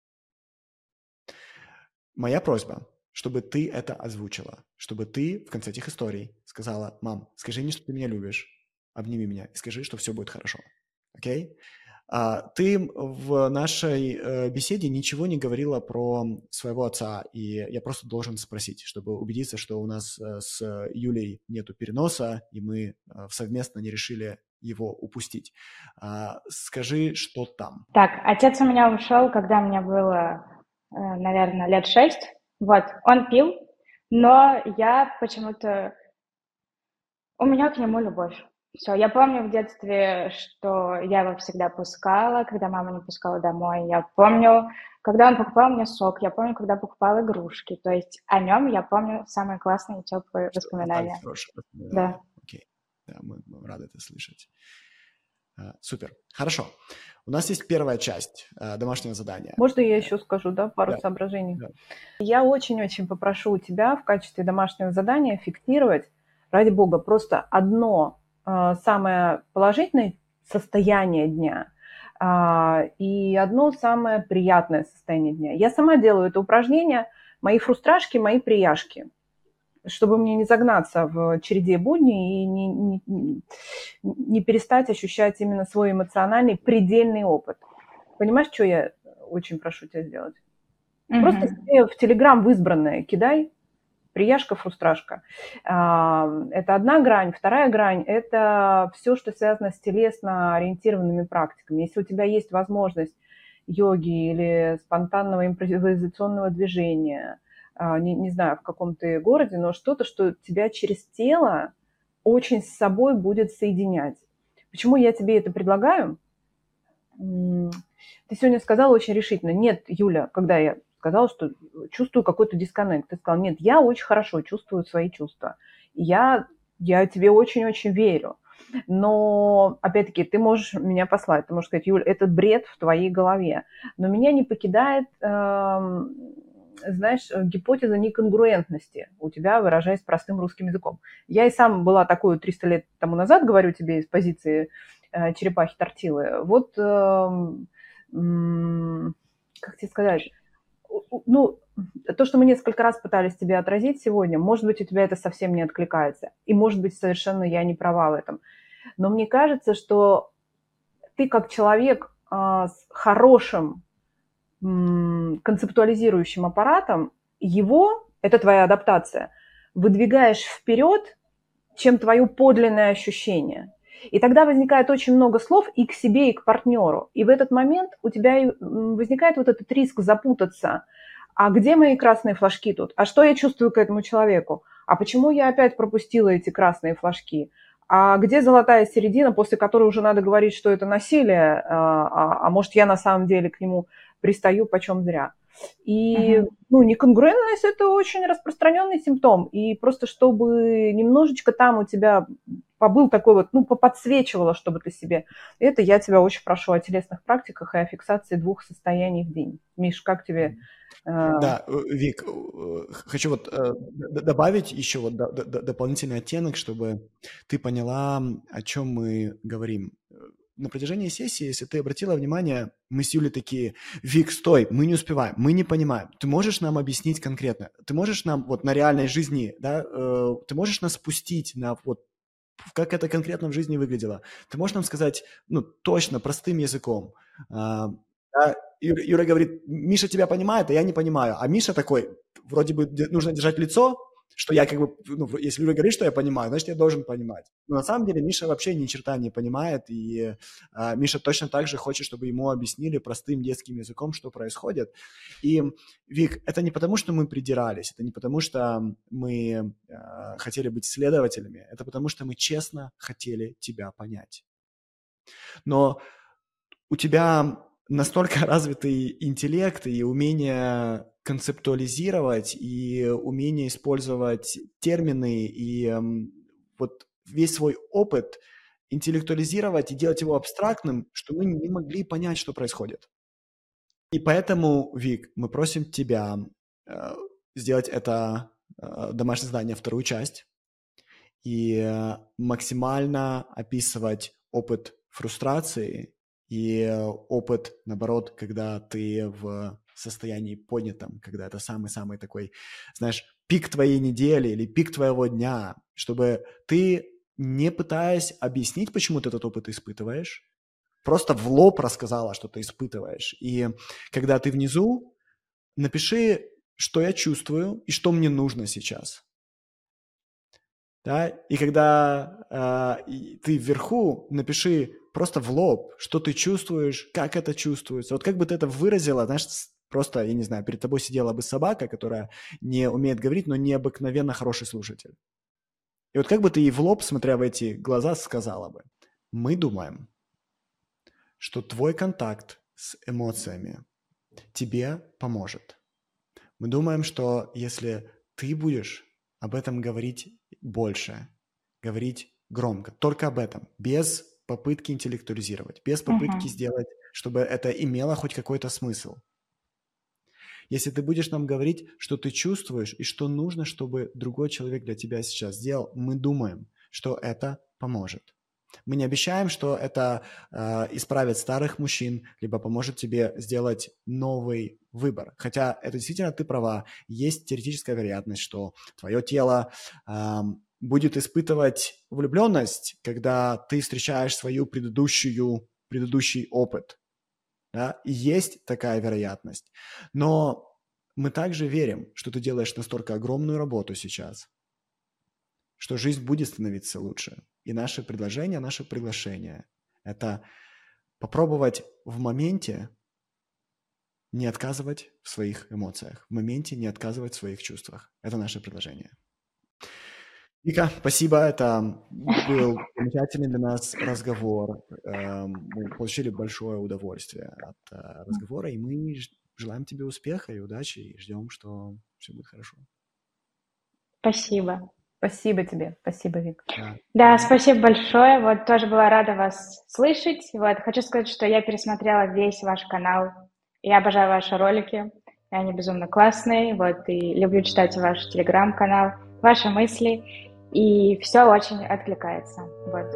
Моя просьба, чтобы ты это озвучила, чтобы ты в конце этих историй сказала: мам, скажи мне, что ты меня любишь, обними меня и скажи, что все будет хорошо. Окей? Ты в нашей беседе ничего не говорила про своего отца, и я просто должен спросить, чтобы убедиться, что у нас с Юлей нету переноса, и мы совместно не решили его упустить. Скажи, что там. Так, отец у меня ушел, когда мне было, наверное, лет 6. Вот, он пил, но я почему-то... У меня к нему любовь. Все, я помню в детстве, что я его всегда пускала, когда мама не пускала домой. Я помню, когда он покупал мне сок, я помню, когда покупал игрушки. То есть о нем я помню самые классные, теплые воспоминания. Хорошие воспоминания. Да. Окей. Да, мы рады это слышать. Супер. Хорошо. У нас есть первая часть домашнего задания. Можно я еще скажу, пару соображений? Да. Я очень-очень попрошу у тебя в качестве домашнего задания фиксировать, ради бога, просто одно самое положительное состояние дня и одно самое приятное состояние дня. Я сама делаю это упражнение, мои фрустрашки, мои прияшки, чтобы мне не загнаться в череде будней и не перестать ощущать именно свой эмоциональный предельный опыт. Понимаешь, что я очень прошу тебя сделать? Просто себе в Телеграм в избранное кидай, прияшка, фрустрашка. Это одна грань. Вторая грань – это все, что связано с телесно ориентированными практиками. Если у тебя есть возможность йоги или спонтанного импровизационного движения, не знаю, в каком ты городе, но что-то, что тебя через тело очень с собой будет соединять. Почему я тебе это предлагаю? Ты сегодня сказала очень решительно: нет, Юля, когда я сказала, что чувствую какой-то дисконнект, ты сказала: нет, я очень хорошо чувствую свои чувства. И я тебе очень-очень верю. Но, опять-таки, ты можешь меня послать, ты можешь сказать: Юля, это бред в твоей голове. Но меня не покидает, знаешь, гипотеза неконгруентности у тебя, выражаясь простым русским языком. Я и сам была такой 300 лет тому назад, говорю тебе, из позиции черепахи-тортилы. Вот, как тебе сказать, ну, то, что мы несколько раз пытались тебе отразить сегодня, может быть, у тебя это совсем не откликается. И, может быть, совершенно я не права в этом. Но мне кажется, что ты как человек с хорошим концептуализирующим аппаратом, его, это твоя адаптация, выдвигаешь вперед, чем твое подлинное ощущение. И тогда возникает очень много слов и к себе, и к партнеру. И в этот момент у тебя возникает вот этот риск запутаться. А где мои красные флажки тут? А что я чувствую к этому человеку? А почему я опять пропустила эти красные флажки? А где золотая середина, после которой уже надо говорить, что это насилие, а может, я на самом деле к нему пристаю почем зря? И неконгруентность – это очень распространенный симптом. И просто чтобы немножечко там у тебя побыл такой вот, поподсвечивало, чтобы ты себе. Это я тебя очень прошу о телесных практиках и о фиксации 2 состояний в день. Миш, как тебе? Да, Вик, хочу добавить еще дополнительный оттенок, чтобы ты поняла, о чем мы говорим. на протяжении сессии, если ты обратила внимание, мы с Юлей такие: Вик, стой, мы не успеваем, мы не понимаем. Ты можешь нам объяснить конкретно? Ты можешь нам вот на реальной жизни, да, ты можешь нас спустить на вот как это конкретно в жизни выглядело? Ты можешь нам сказать, ну, точно, простым языком? Да, Юра говорит: Миша тебя понимает, а я не понимаю. А Миша такой, вроде бы нужно держать лицо, что я как бы, ну, если Юра говорит, что я понимаю, значит, я должен понимать. Но на самом деле Миша вообще ни черта не понимает, и Миша точно так же хочет, чтобы ему объяснили простым детским языком, что происходит. И, Вик, это не потому, что мы придирались, это не потому, что мы хотели быть исследователями, это потому, что мы честно хотели тебя понять. Но у тебя настолько развитый интеллект и умение концептуализировать, и умение использовать термины, и вот весь свой опыт интеллектуализировать и делать его абстрактным, что мы не могли понять, что происходит. И поэтому, Вик, мы просим тебя сделать это домашнее задание, вторую часть, и максимально описывать опыт фрустрации и опыт, наоборот, когда ты в состоянии поднятом, когда это самый-самый такой, знаешь, пик твоей недели или пик твоего дня, чтобы ты, не пытаясь объяснить, почему ты этот опыт испытываешь, просто в лоб рассказала, что ты испытываешь. И когда ты внизу, напиши, что я чувствую и что мне нужно сейчас. Да? И когда ты вверху, напиши просто в лоб, что ты чувствуешь, как это чувствуется. Вот как бы ты это выразила, знаешь, просто, я не знаю, перед тобой сидела бы собака, которая не умеет говорить, но необыкновенно хороший слушатель. И вот как бы ты ей в лоб, смотря в эти глаза, сказала бы: мы думаем, что твой контакт с эмоциями тебе поможет. Мы думаем, что если ты будешь об этом говорить больше, говорить громко, только об этом, без попытки интеллектуализировать, без попытки сделать, чтобы это имело хоть какой-то смысл. Если ты будешь нам говорить, что ты чувствуешь и что нужно, чтобы другой человек для тебя сейчас сделал, мы думаем, что это поможет. Мы не обещаем, что это исправит старых мужчин, либо поможет тебе сделать новый выбор. Хотя это действительно ты права. Есть теоретическая вероятность, что твое тело будет испытывать влюбленность, когда ты встречаешь свою предыдущий опыт. Да? И есть такая вероятность. Но мы также верим, что ты делаешь настолько огромную работу сейчас, что жизнь будет становиться лучше. И наше предложение, наше приглашение – это попробовать в моменте не отказывать в своих эмоциях, в моменте не отказывать в своих чувствах. Это наше предложение. Вика, спасибо. Это был замечательный для нас разговор. Мы получили большое удовольствие от разговора, и мы желаем тебе успеха и удачи, и ждем, что все будет хорошо. Спасибо. Спасибо тебе. Спасибо, Вик. Да, спасибо большое. Вот тоже была рада вас слышать. Вот хочу сказать, что я пересмотрела весь ваш канал. Я обожаю ваши ролики. Они безумно классные. Вот и люблю читать ваш телеграм-канал, ваши мысли. И все очень откликается. Вот.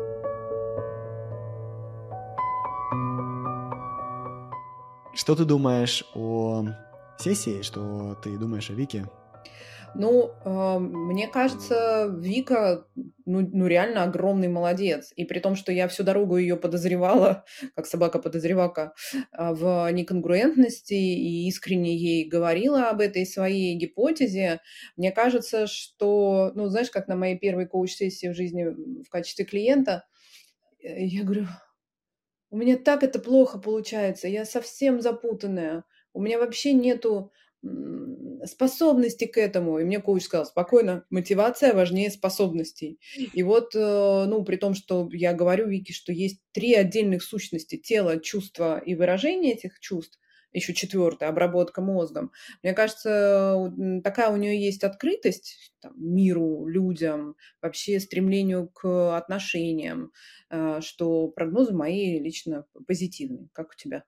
Что ты думаешь о сессии? Что ты думаешь о Вике? Ну, мне кажется, Вика, ну, реально огромный молодец. И при том, что я всю дорогу ее подозревала, как собака-подозревака, в неконгруентности и искренне ей говорила об этой своей гипотезе, мне кажется, что, ну, знаешь, как на моей первой коуч-сессии в жизни в качестве клиента, я говорю: у меня так это плохо получается, я совсем запутанная, у меня вообще нету способности к этому. И мне коуч сказал: спокойно, мотивация важнее способностей. И вот, ну, при том, что я говорю Вике, что есть 3 отдельных сущности: тело, чувство и выражение этих чувств, еще 4-я, обработка мозгом. Мне кажется, такая у нее есть открытость там, миру, людям, вообще стремлению к отношениям, что прогнозы мои лично позитивные. Как у тебя?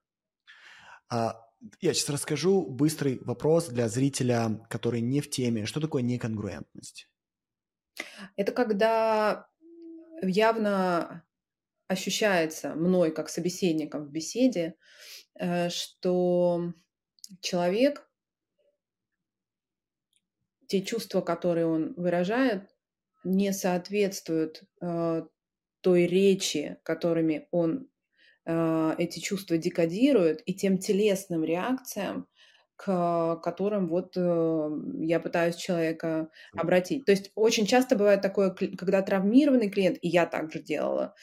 Я сейчас расскажу быстрый вопрос для зрителя, который не в теме. Что такое неконгруентность? Это когда явно ощущается мной как собеседником в беседе, что человек, те чувства, которые он выражает, не соответствуют той речи, которыми он эти чувства декодирует, и тем телесным реакциям, к которым вот я пытаюсь человека обратить. То есть очень часто бывает такое, когда травмированный клиент, и я также делала,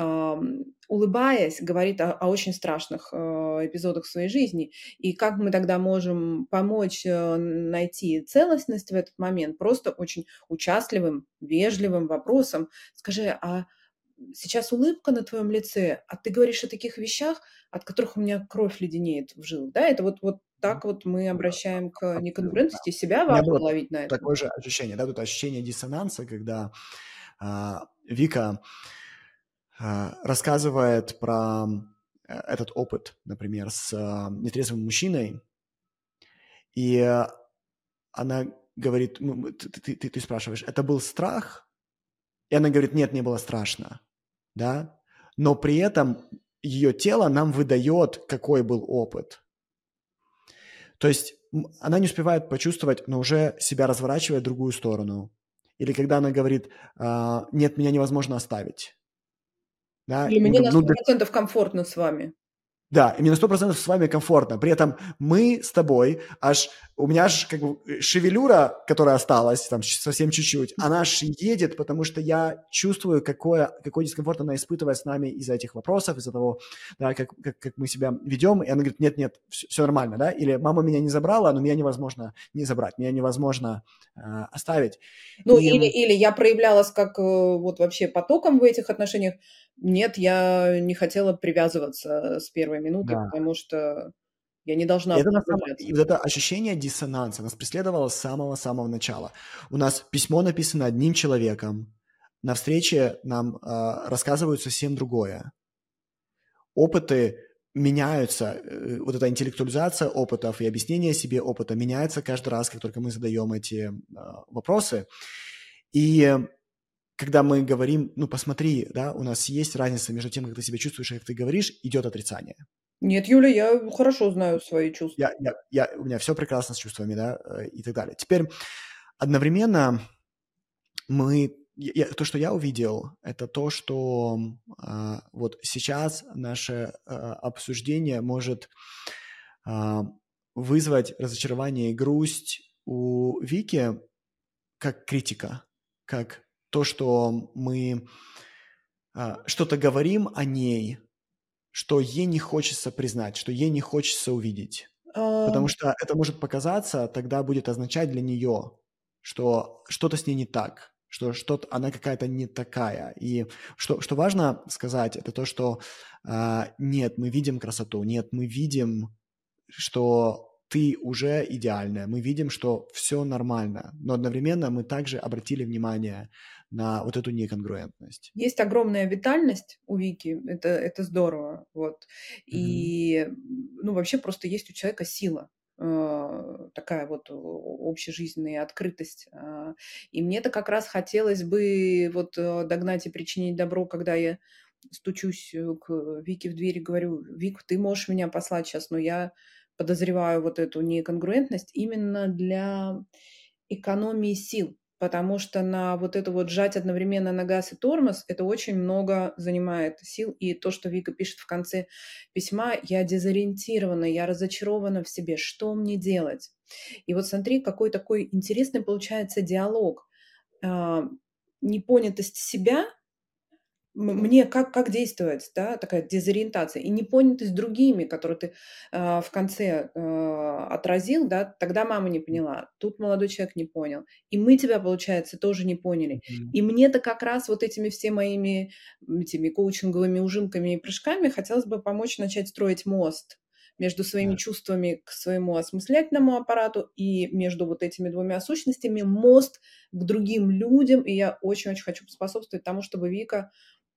улыбаясь, говорит о очень страшных эпизодах своей жизни. И как мы тогда можем помочь найти целостность в этот момент? Просто очень участливым, вежливым вопросом. Скажи, а сейчас улыбка на твоем лице, а ты говоришь о таких вещах, от которых у меня кровь леденеет в жилах, да? Это вот так вот мы обращаем к Абсолютно, да. неконгруентности. Себя У меня важно было ловить на этом. такое же ощущение, да, тут ощущение диссонанса, когда Вика рассказывает про этот опыт, например, с нетрезвым мужчиной, и она говорит, ты спрашиваешь, это был страх? И она говорит, нет, не было страшно, да, но при этом ее тело нам выдает, какой был опыт. То есть она не успевает почувствовать, но уже себя разворачивает в другую сторону. Или когда она говорит, нет, меня невозможно оставить. Да, Или и мы мне на говорим, 100% комфортно с вами. да, и мне на 100% с вами комфортно. При этом мы с тобой, у меня аж как бы шевелюра, которая осталась, там совсем чуть-чуть, она аж едет, потому что я чувствую, какой дискомфорт она испытывает с нами из-за этих вопросов, из-за того, да, как мы себя ведем. И она говорит, нет, все нормально, да. Или мама меня не забрала, но меня невозможно не забрать, меня невозможно оставить. Ну, И или я проявлялась как вот вообще потоком в этих отношениях. Нет, я не хотела привязываться с первой минуты, да. потому что я не должна И была влюбляться. и вот это ощущение диссонанса нас преследовало с самого-самого начала. У нас письмо написано одним человеком, на встрече нам рассказывают совсем другое. Опыты меняются, вот эта интеллектуализация опытов и объяснение себе опыта меняется каждый раз, как только мы задаем эти вопросы. И когда мы говорим, ну посмотри, да, у нас есть разница между тем, как ты себя чувствуешь и как ты говоришь, идет отрицание. Нет, Юля, я хорошо знаю свои чувства. У меня все прекрасно с чувствами, да, и так далее. Теперь одновременно то, что я увидел, это то, что вот сейчас наше обсуждение может вызвать разочарование и грусть у Вики как критика, как то, что мы что-то говорим о ней, что ей не хочется признать, что ей не хочется увидеть. Потому что это может показаться, тогда будет означать для нее, что что-то с ней не так, что она какая-то не такая. И что важно сказать, это то, что нет, мы видим красоту, нет, мы видим, что ты уже идеальная, мы видим, что все нормально, но одновременно мы также обратили внимание на вот эту неконгруентность. Есть огромная витальность у Вики, это здорово, вот. И, ну, вообще просто есть у человека сила, такая вот общежизненная открытость. И мне-то как раз хотелось бы вот догнать и причинить добро, когда я стучусь к Вике в дверь и говорю, Вик, ты можешь меня послать сейчас, но я подозреваю вот эту неконгруентность именно для экономии сил. Потому что на вот это вот жать одновременно на газ и тормоз, это очень много занимает сил. И то, что Вика пишет в конце письма, я дезориентирована, я разочарована в себе, что мне делать? И вот смотри, какой такой интересный получается диалог. Непонятость себя, мне как действовать, да, такая дезориентация, и непонятость другими, которые ты в конце отразил, да, тогда мама не поняла, тут молодой человек не понял, и мы тебя, получается, тоже не поняли. И мне-то как раз вот этими все моими этими коучинговыми ужимками и прыжками хотелось бы помочь начать строить мост между своими чувствами к своему осмыслятельному аппарату и между вот этими двумя сущностями, мост к другим людям, и я очень-очень хочу способствовать тому, чтобы Вика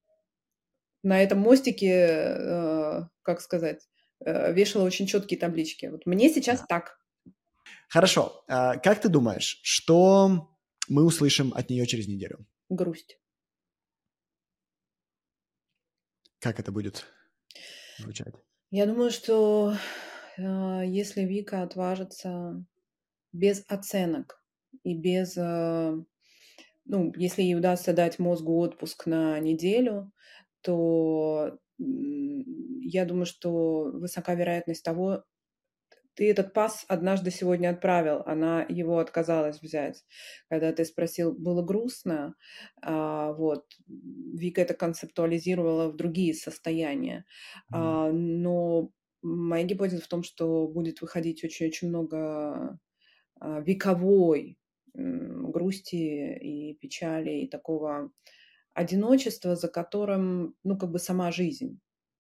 на этом мостике, как сказать, вешала очень четкие таблички. Вот мне сейчас так. Хорошо. Как ты думаешь, что мы услышим от нее через неделю? Грусть. Как это будет звучать? Я думаю, что если Вика отважится без оценок и без, если ей удастся дать мозгу отпуск на неделю, то я думаю, что высока вероятность того, ты этот пас однажды сегодня отправил, она его отказалась взять. Когда ты спросил, было грустно, Вика это концептуализировала в другие состояния. Но моя гипотеза в том, что будет выходить очень-очень много вековой грусти и печали, и такого одиночества, за которым, сама жизнь.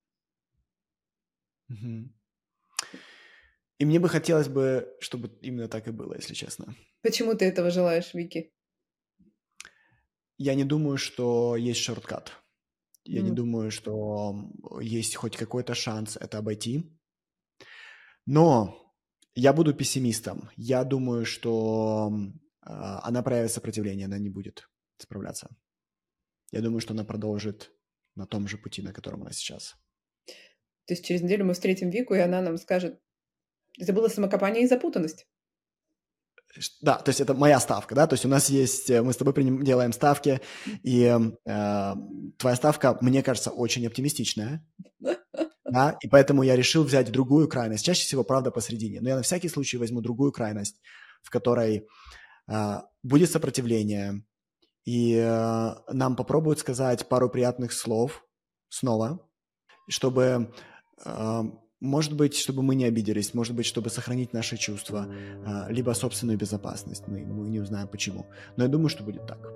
Мгм. И мне бы хотелось бы, чтобы именно так и было, если честно. Почему ты этого желаешь, Вики? Я не думаю, что есть шорткат. Я не М. думаю, что есть хоть какой-то шанс это обойти. Но я буду пессимистом. Я думаю, что она проявит сопротивление, она не будет справляться. Я думаю, что она продолжит на том же пути, на котором она сейчас. То есть через неделю мы встретим Вику, и она нам скажет, это было самокопание и запутанность. Да, то есть это моя ставка, да, то есть у нас есть, мы с тобой делаем ставки, и твоя ставка, мне кажется, очень оптимистичная, да, и поэтому я решил взять другую крайность, чаще всего, правда, посередине, но я на всякий случай возьму другую крайность, в которой будет сопротивление, и нам попробуют сказать пару приятных слов снова, чтобы... Может быть, чтобы мы не обиделись, может быть, чтобы сохранить наши чувства, либо собственную безопасность. Мы не узнаем почему. Но я думаю, что будет так.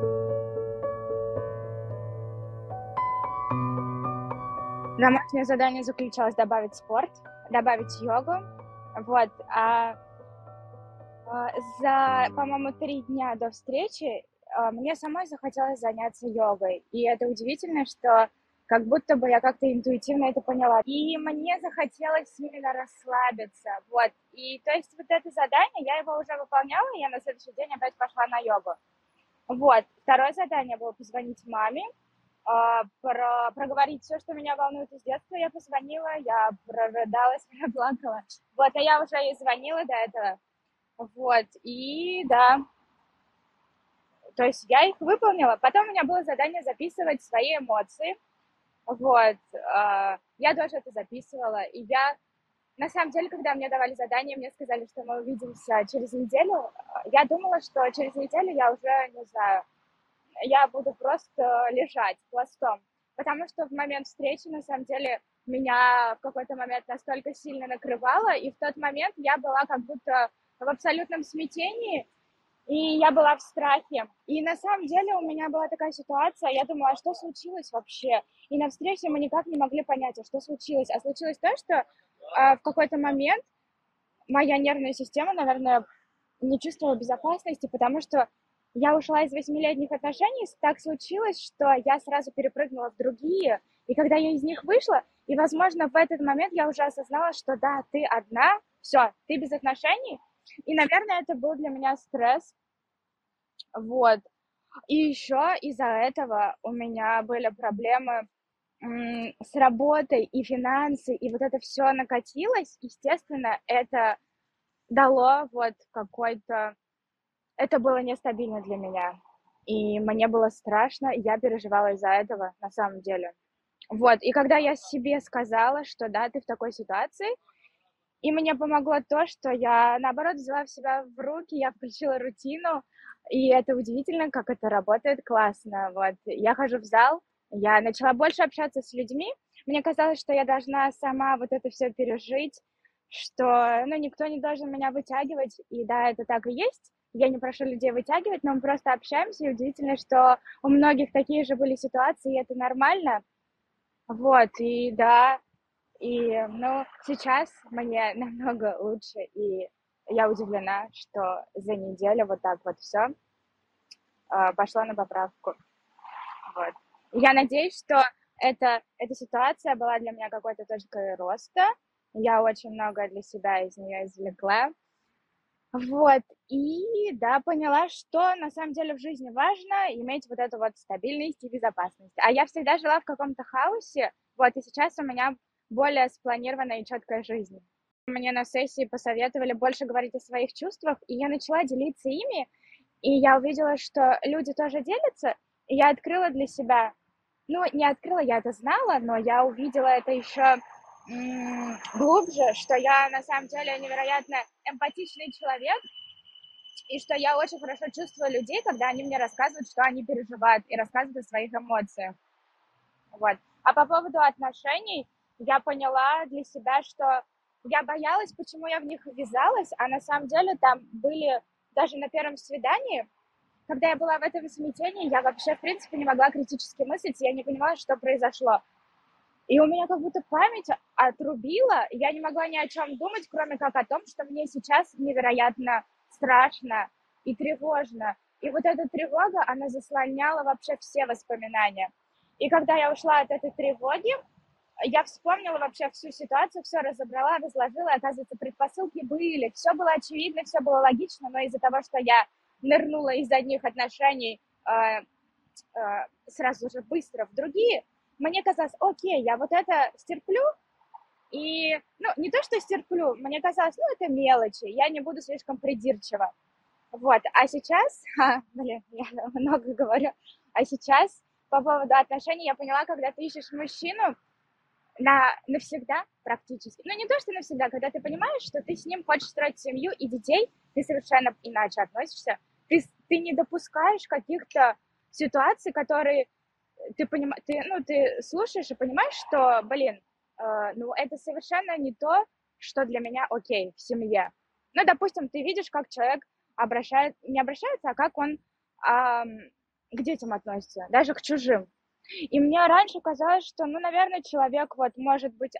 Домашнее задание заключалось добавить спорт, добавить йогу. Вот. За, по-моему, 3 дня до встречи мне самой захотелось заняться йогой. И это удивительно, что как будто бы я как-то интуитивно это поняла. И мне захотелось именно расслабиться. Вот. И то есть вот это задание, я его уже выполняла, и я на следующий день опять пошла на йогу. Вот. Второе задание было позвонить маме, проговорить все, что меня волнует из детства. Я позвонила, я прорыдалась, проплакала. Вот, а я уже ей звонила до этого. Вот, и да, то есть я их выполнила. Потом у меня было задание записывать свои эмоции. Вот, я тоже это записывала. И я, на самом деле, когда мне давали задание, мне сказали, что мы увидимся через неделю. Я думала, что через неделю я уже, не знаю, я буду просто лежать пластом. Потому что в момент встречи, на самом деле, меня в какой-то момент настолько сильно накрывало, и в тот момент я была как будто в абсолютном смятении, и я была в страхе. И на самом деле у меня была такая ситуация, я думала, а что случилось вообще? И на встрече мы никак не могли понять, а что случилось. А случилось то, что в какой-то момент моя нервная система, наверное, не чувствовала безопасности, потому что я ушла из 8-летних отношений, так случилось, что я сразу перепрыгнула в другие, и когда я из них вышла, и, возможно, в этот момент я уже осознала, что да, ты одна, все, ты без отношений, и, наверное, это был для меня стресс, вот. И еще из-за этого у меня были проблемы с работой и финансы, и вот это все накатилось, естественно, это дало вот какой-то... Это было нестабильно для меня. И мне было страшно, я переживала из-за этого на самом деле. Вот, и когда я себе сказала, что да, ты в такой ситуации, и мне помогло то, что я, наоборот, взяла себя в руки, я включила рутину, и это удивительно, как это работает классно. Вот, я хожу в зал, я начала больше общаться с людьми, мне казалось, что я должна сама вот это все пережить, что, ну, никто не должен меня вытягивать, и да, это так и есть. Я не прошу людей вытягивать, но мы просто общаемся, и удивительно, что у многих такие же были ситуации, и это нормально. Вот, и да, и, ну, сейчас мне намного лучше, и я удивлена, что за неделю вот так вот все пошло на поправку. Вот. И я надеюсь, что эта ситуация была для меня какой-то точкой роста. Я очень много для себя из нее извлекла. Вот, и да, поняла, что на самом деле в жизни важно иметь вот эту вот стабильность и безопасность. А я всегда жила в каком-то хаосе, вот, и сейчас у меня более спланированная и четкая жизнь. Мне на сессии посоветовали больше говорить о своих чувствах, и я начала делиться ими, и я увидела, что люди тоже делятся, и я открыла для себя, ну, не открыла, я это знала, но я увидела это еще глубже, что я на самом деле невероятно эмпатичный человек, и что я очень хорошо чувствую людей, когда они мне рассказывают, что они переживают, и рассказывают о своих эмоциях. Вот. А по поводу отношений, я поняла для себя, что я боялась, почему я в них ввязалась, а на самом деле там были даже на первом свидании, когда я была в этом смятении, я вообще, в принципе, не могла критически мыслить, я не понимала, что произошло. И у меня как будто память отрубила, и я не могла ни о чем думать, кроме как о том, что мне сейчас невероятно страшно и тревожно. И вот эта тревога, она заслоняла вообще все воспоминания. И когда я ушла от этой тревоги, я вспомнила вообще всю ситуацию, все разобрала, разложила, оказывается, предпосылки были, все было очевидно, все было логично, но из-за того, что я нырнула из одних отношений сразу же быстро в другие, мне казалось, окей, я вот это стерплю, и, ну, не то, что стерплю, мне казалось, ну, это мелочи, я не буду слишком придирчива. Вот, а сейчас, блин, я много говорю, а сейчас по поводу отношений я поняла, когда ты ищешь мужчину навсегда практически, ну, не то, что навсегда, когда ты понимаешь, что ты с ним хочешь строить семью и детей, ты совершенно иначе относишься, ты не допускаешь каких-то ситуаций, которые ты слушаешь и понимаешь, что, блин, ну, это совершенно не то, что для меня окей в семье. Ну, допустим, ты видишь, как человек не обращается, а как он к детям относится, даже к чужим. И мне раньше казалось, что, ну, наверное, человек вот может быть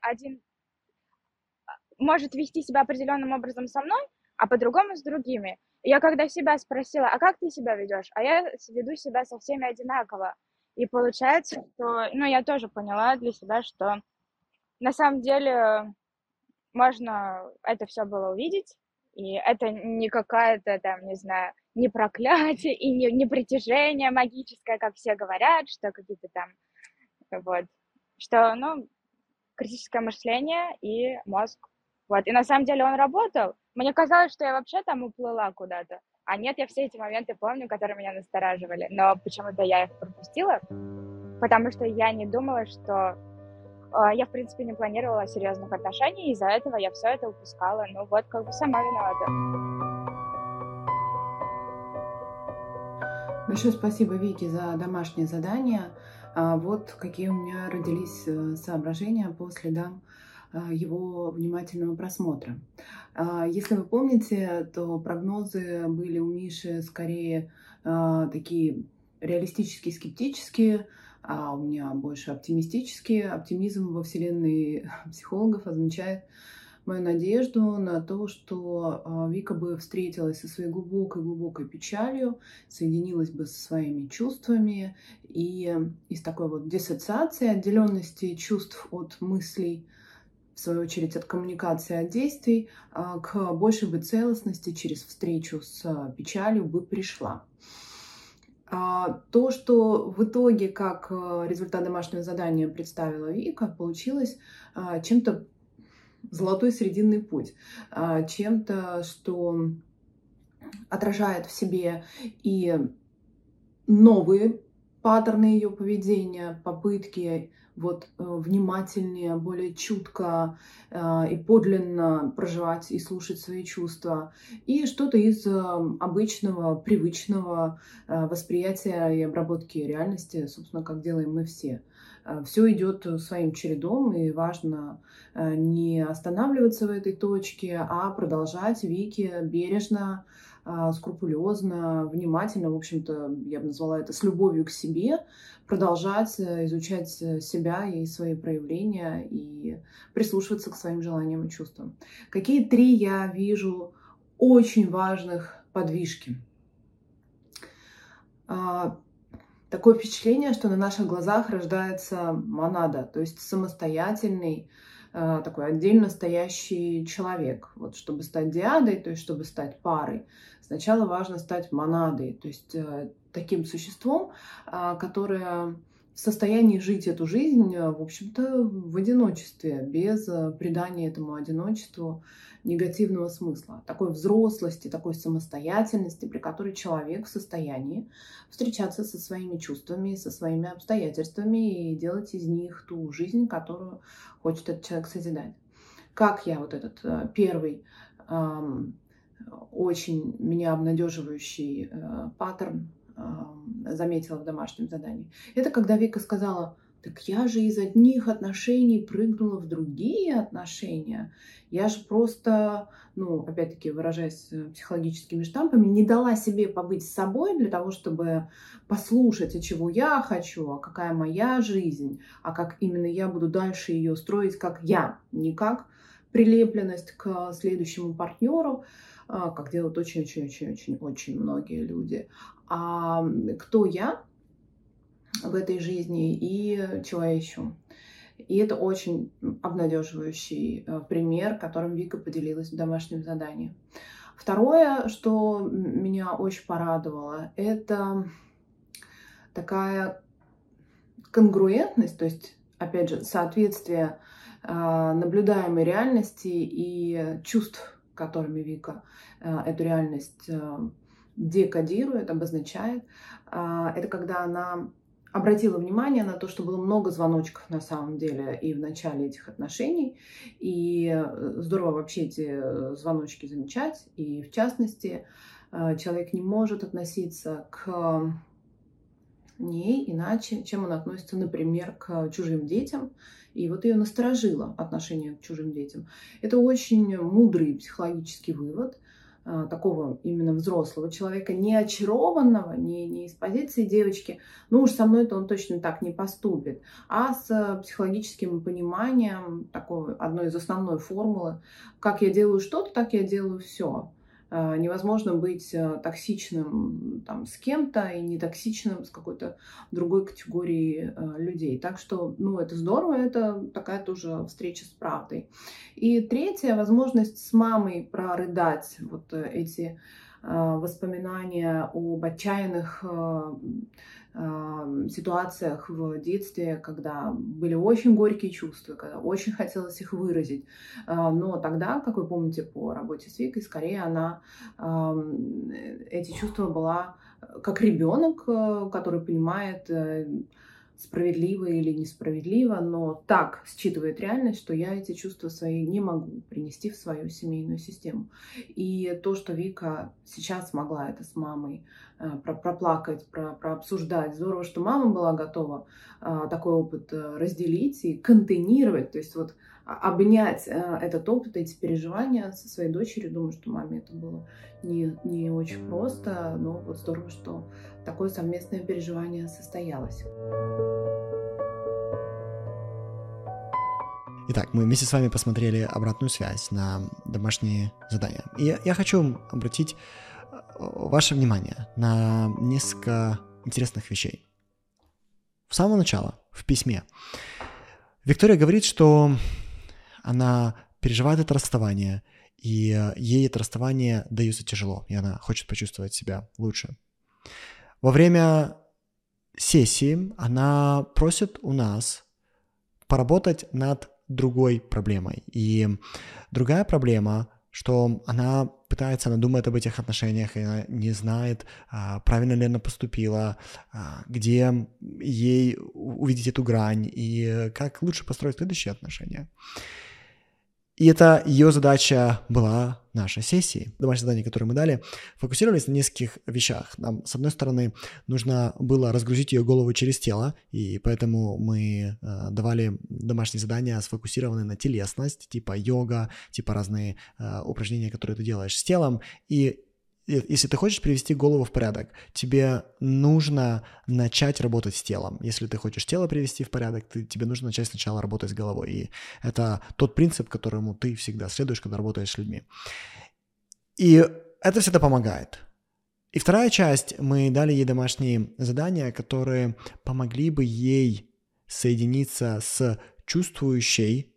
может вести себя определенным образом со мной, а по-другому с другими. И я когда себя спросила, а как ты себя ведешь? А я веду себя со всеми одинаково. И получается, что, ну, я тоже поняла для себя, что на самом деле можно это все было увидеть, и это не какая-то там, не знаю, не проклятие и не притяжение магическое, как все говорят, что какие-то там, вот, что, ну, критическое мышление и мозг. Вот. И на самом деле он работал. Мне казалось, что я вообще там уплыла куда-то. А нет, я все эти моменты помню, которые меня настораживали. Но почему-то я их пропустила, потому что я не думала, что... я, в принципе, не планировала серьезных отношений, и из-за этого я все это упускала. Ну вот, как бы сама виновата. Большое спасибо, Вике, за домашнее задание. Вот какие у меня родились соображения по следам его внимательного просмотра. Если вы помните, то прогнозы были у Миши скорее такие реалистические, скептические, а у меня больше оптимистические. Оптимизм во вселенной психологов означает мою надежду на то, что Вика бы встретилась со своей глубокой-глубокой печалью, соединилась бы со своими чувствами, и из такой вот диссоциации, отделенности чувств от мыслей, в свою очередь от коммуникации, от действий, к большей бы целостности через встречу с печалью бы пришла. То, что в итоге, как результат домашнего задания представила Вика, получилось чем-то золотой срединный путь, чем-то, что отражает в себе и новые паттерны ее поведения, попытки вот внимательнее, более чутко и подлинно проживать и слушать свои чувства, и что-то из обычного, привычного восприятия и обработки реальности, собственно, как делаем мы все. Все идет своим чередом, и важно не останавливаться в этой точке, а продолжать Вике бережно, скрупулезно, внимательно, в общем-то, я бы назвала это с любовью к себе, продолжать изучать себя и свои проявления и прислушиваться к своим желаниям и чувствам. Какие 3 я вижу очень важных подвижки? Такое впечатление, что на наших глазах рождается монада, то есть самостоятельный, такой отдельно стоящий человек. Вот чтобы стать диадой, то есть чтобы стать парой, сначала важно стать монадой, то есть таким существом, которое в состоянии жить эту жизнь, в общем-то, в одиночестве, без придания этому одиночеству негативного смысла. Такой взрослости, такой самостоятельности, при которой человек в состоянии встречаться со своими чувствами, со своими обстоятельствами и делать из них ту жизнь, которую хочет этот человек созидать. Как я вот этот первый очень меня обнадеживающий паттерн заметила в домашнем задании. Это когда Вика сказала: так я же из одних отношений прыгнула в другие отношения. Я же просто, опять-таки, выражаясь психологическими штампами, не дала себе побыть с собой для того, чтобы послушать, а чего я хочу, а какая моя жизнь, а как именно я буду дальше ее строить, как я, не как прилепленность к следующему партнеру, как делают очень-очень-очень-очень многие люди. А кто я в этой жизни и чего я ищу. И это очень обнадеживающий пример, которым Вика поделилась в домашнем задании. Второе, что меня очень порадовало, это такая конгруентность, то есть, опять же, соответствие наблюдаемой реальности и чувств, которыми Вика эту реальность декодирует, обозначает. Это когда она обратила внимание на то, что было много звоночков на самом деле и в начале этих отношений. И здорово вообще эти звоночки замечать. И в частности, человек не может относиться к ней иначе, чем он относится, например, к чужим детям. И вот ее насторожило отношение к чужим детям. Это очень мудрый психологический вывод такого именно взрослого человека, не очарованного, не из позиции девочки, уж со мной-то он точно так не поступит, а с психологическим пониманием такой одной из основной формулы: как я делаю что-то, так я делаю все. Невозможно быть токсичным с кем-то и не токсичным с какой-то другой категорией людей. Так что, это здорово, это такая тоже встреча с правдой. И третья возможность с мамой прорыдать вот эти воспоминания об отчаянных ситуациях в детстве, когда были очень горькие чувства, когда очень хотелось их выразить. Но тогда, как вы помните по работе с Викой, скорее она эти чувства была как ребенок, который понимает, справедливо или несправедливо, но так считывает реальность, что я эти чувства свои не могу принести в свою семейную систему. И то, что Вика сейчас смогла это с мамой проплакать, прообсуждать. Здорово, что мама была готова такой опыт разделить и контейнировать, то есть вот обнять этот опыт, эти переживания со своей дочерью. Думаю, что маме это было не очень просто, но вот здорово, что такое совместное переживание состоялось. Итак, мы вместе с вами посмотрели обратную связь на домашние задания. И я хочу обратить ваше внимание на несколько интересных вещей. С самого начала, в письме, Виктория говорит, что она переживает это расставание, и ей это расставание дается тяжело, и она хочет почувствовать себя лучше. Во время сессии она просит у нас поработать над другой проблемой. И другая проблема, что она думает об этих отношениях, и она не знает, правильно ли она поступила, где ей увидеть эту грань, и как лучше построить следующие отношения. И это ее задача была нашей сессии. Домашнее задание, которое мы дали, фокусировались на нескольких вещах. Нам, с одной стороны, нужно было разгрузить ее голову через тело, и поэтому мы давали домашние задания, сфокусированные на телесность, типа йога, типа разные упражнения, которые ты делаешь с телом. И если ты хочешь привести голову в порядок, тебе нужно начать работать с телом. Если ты хочешь тело привести в порядок, тебе нужно начать сначала работать с головой. И это тот принцип, которому ты всегда следуешь, когда работаешь с людьми. И это всегда помогает. И вторая часть, мы дали ей домашние задания, которые помогли бы ей соединиться с чувствующей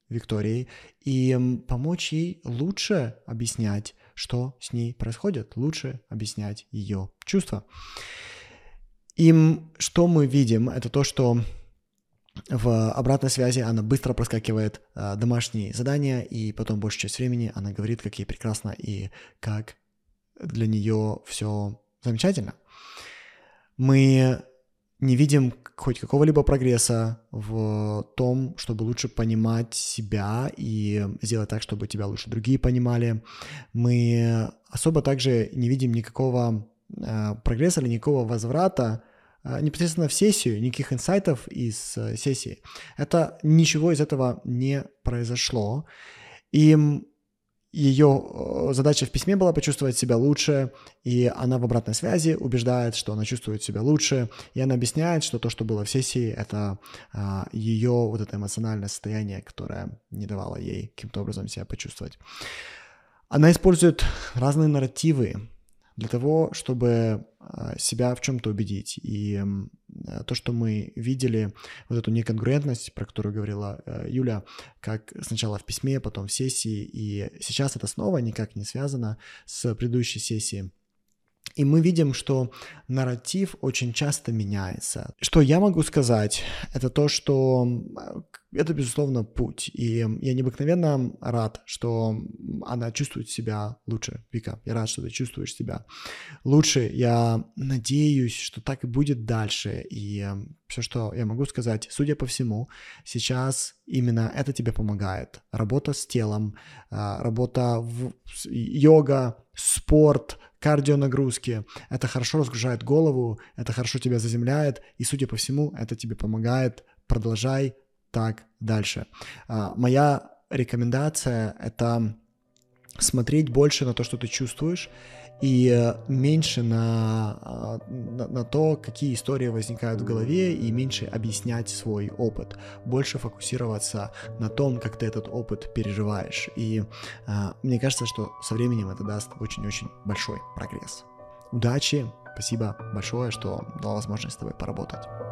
Викторией и помочь ей лучше объяснять, что с ней происходит, лучше объяснять ее чувства. И что мы видим, это то, что в обратной связи она быстро проскакивает домашние задания, и потом большую часть времени она говорит, как ей прекрасно и как для нее все замечательно. Мы не видим хоть какого-либо прогресса в том, чтобы лучше понимать себя и сделать так, чтобы тебя лучше другие понимали. Мы особо также не видим никакого прогресса или никакого возврата непосредственно в сессию, никаких инсайтов из сессии. Ничего из этого не произошло. И ее задача в письме была почувствовать себя лучше, и она в обратной связи убеждает, что она чувствует себя лучше, и она объясняет, что то, что было в сессии, это ее вот это эмоциональное состояние, которое не давало ей каким-то образом себя почувствовать. Она использует разные нарративы для того, чтобы себя в чем-то убедить. И то, что мы видели, вот эту неконгруентность, про которую говорила Юля, как сначала в письме, потом в сессии, и сейчас это снова никак не связано с предыдущей сессией. И мы видим, что нарратив очень часто меняется. Что я могу сказать, это то, что это, безусловно, путь. И я необыкновенно рад, что она чувствует себя лучше. Вика, я рад, что ты чувствуешь себя лучше. Я надеюсь, что так и будет дальше. И все, что я могу сказать, судя по всему, сейчас именно это тебе помогает. Работа с телом, работа в йога, спорт, кардионагрузки. Это хорошо разгружает голову, это хорошо тебя заземляет, и, судя по всему, это тебе помогает. Продолжай так дальше. Моя рекомендация — это смотреть больше на то, что ты чувствуешь, и меньше на то, какие истории возникают в голове, и меньше объяснять свой опыт. Больше фокусироваться на том, как ты этот опыт переживаешь. И мне кажется, что со временем это даст очень-очень большой прогресс. Удачи! Спасибо большое, что дал возможность с тобой поработать.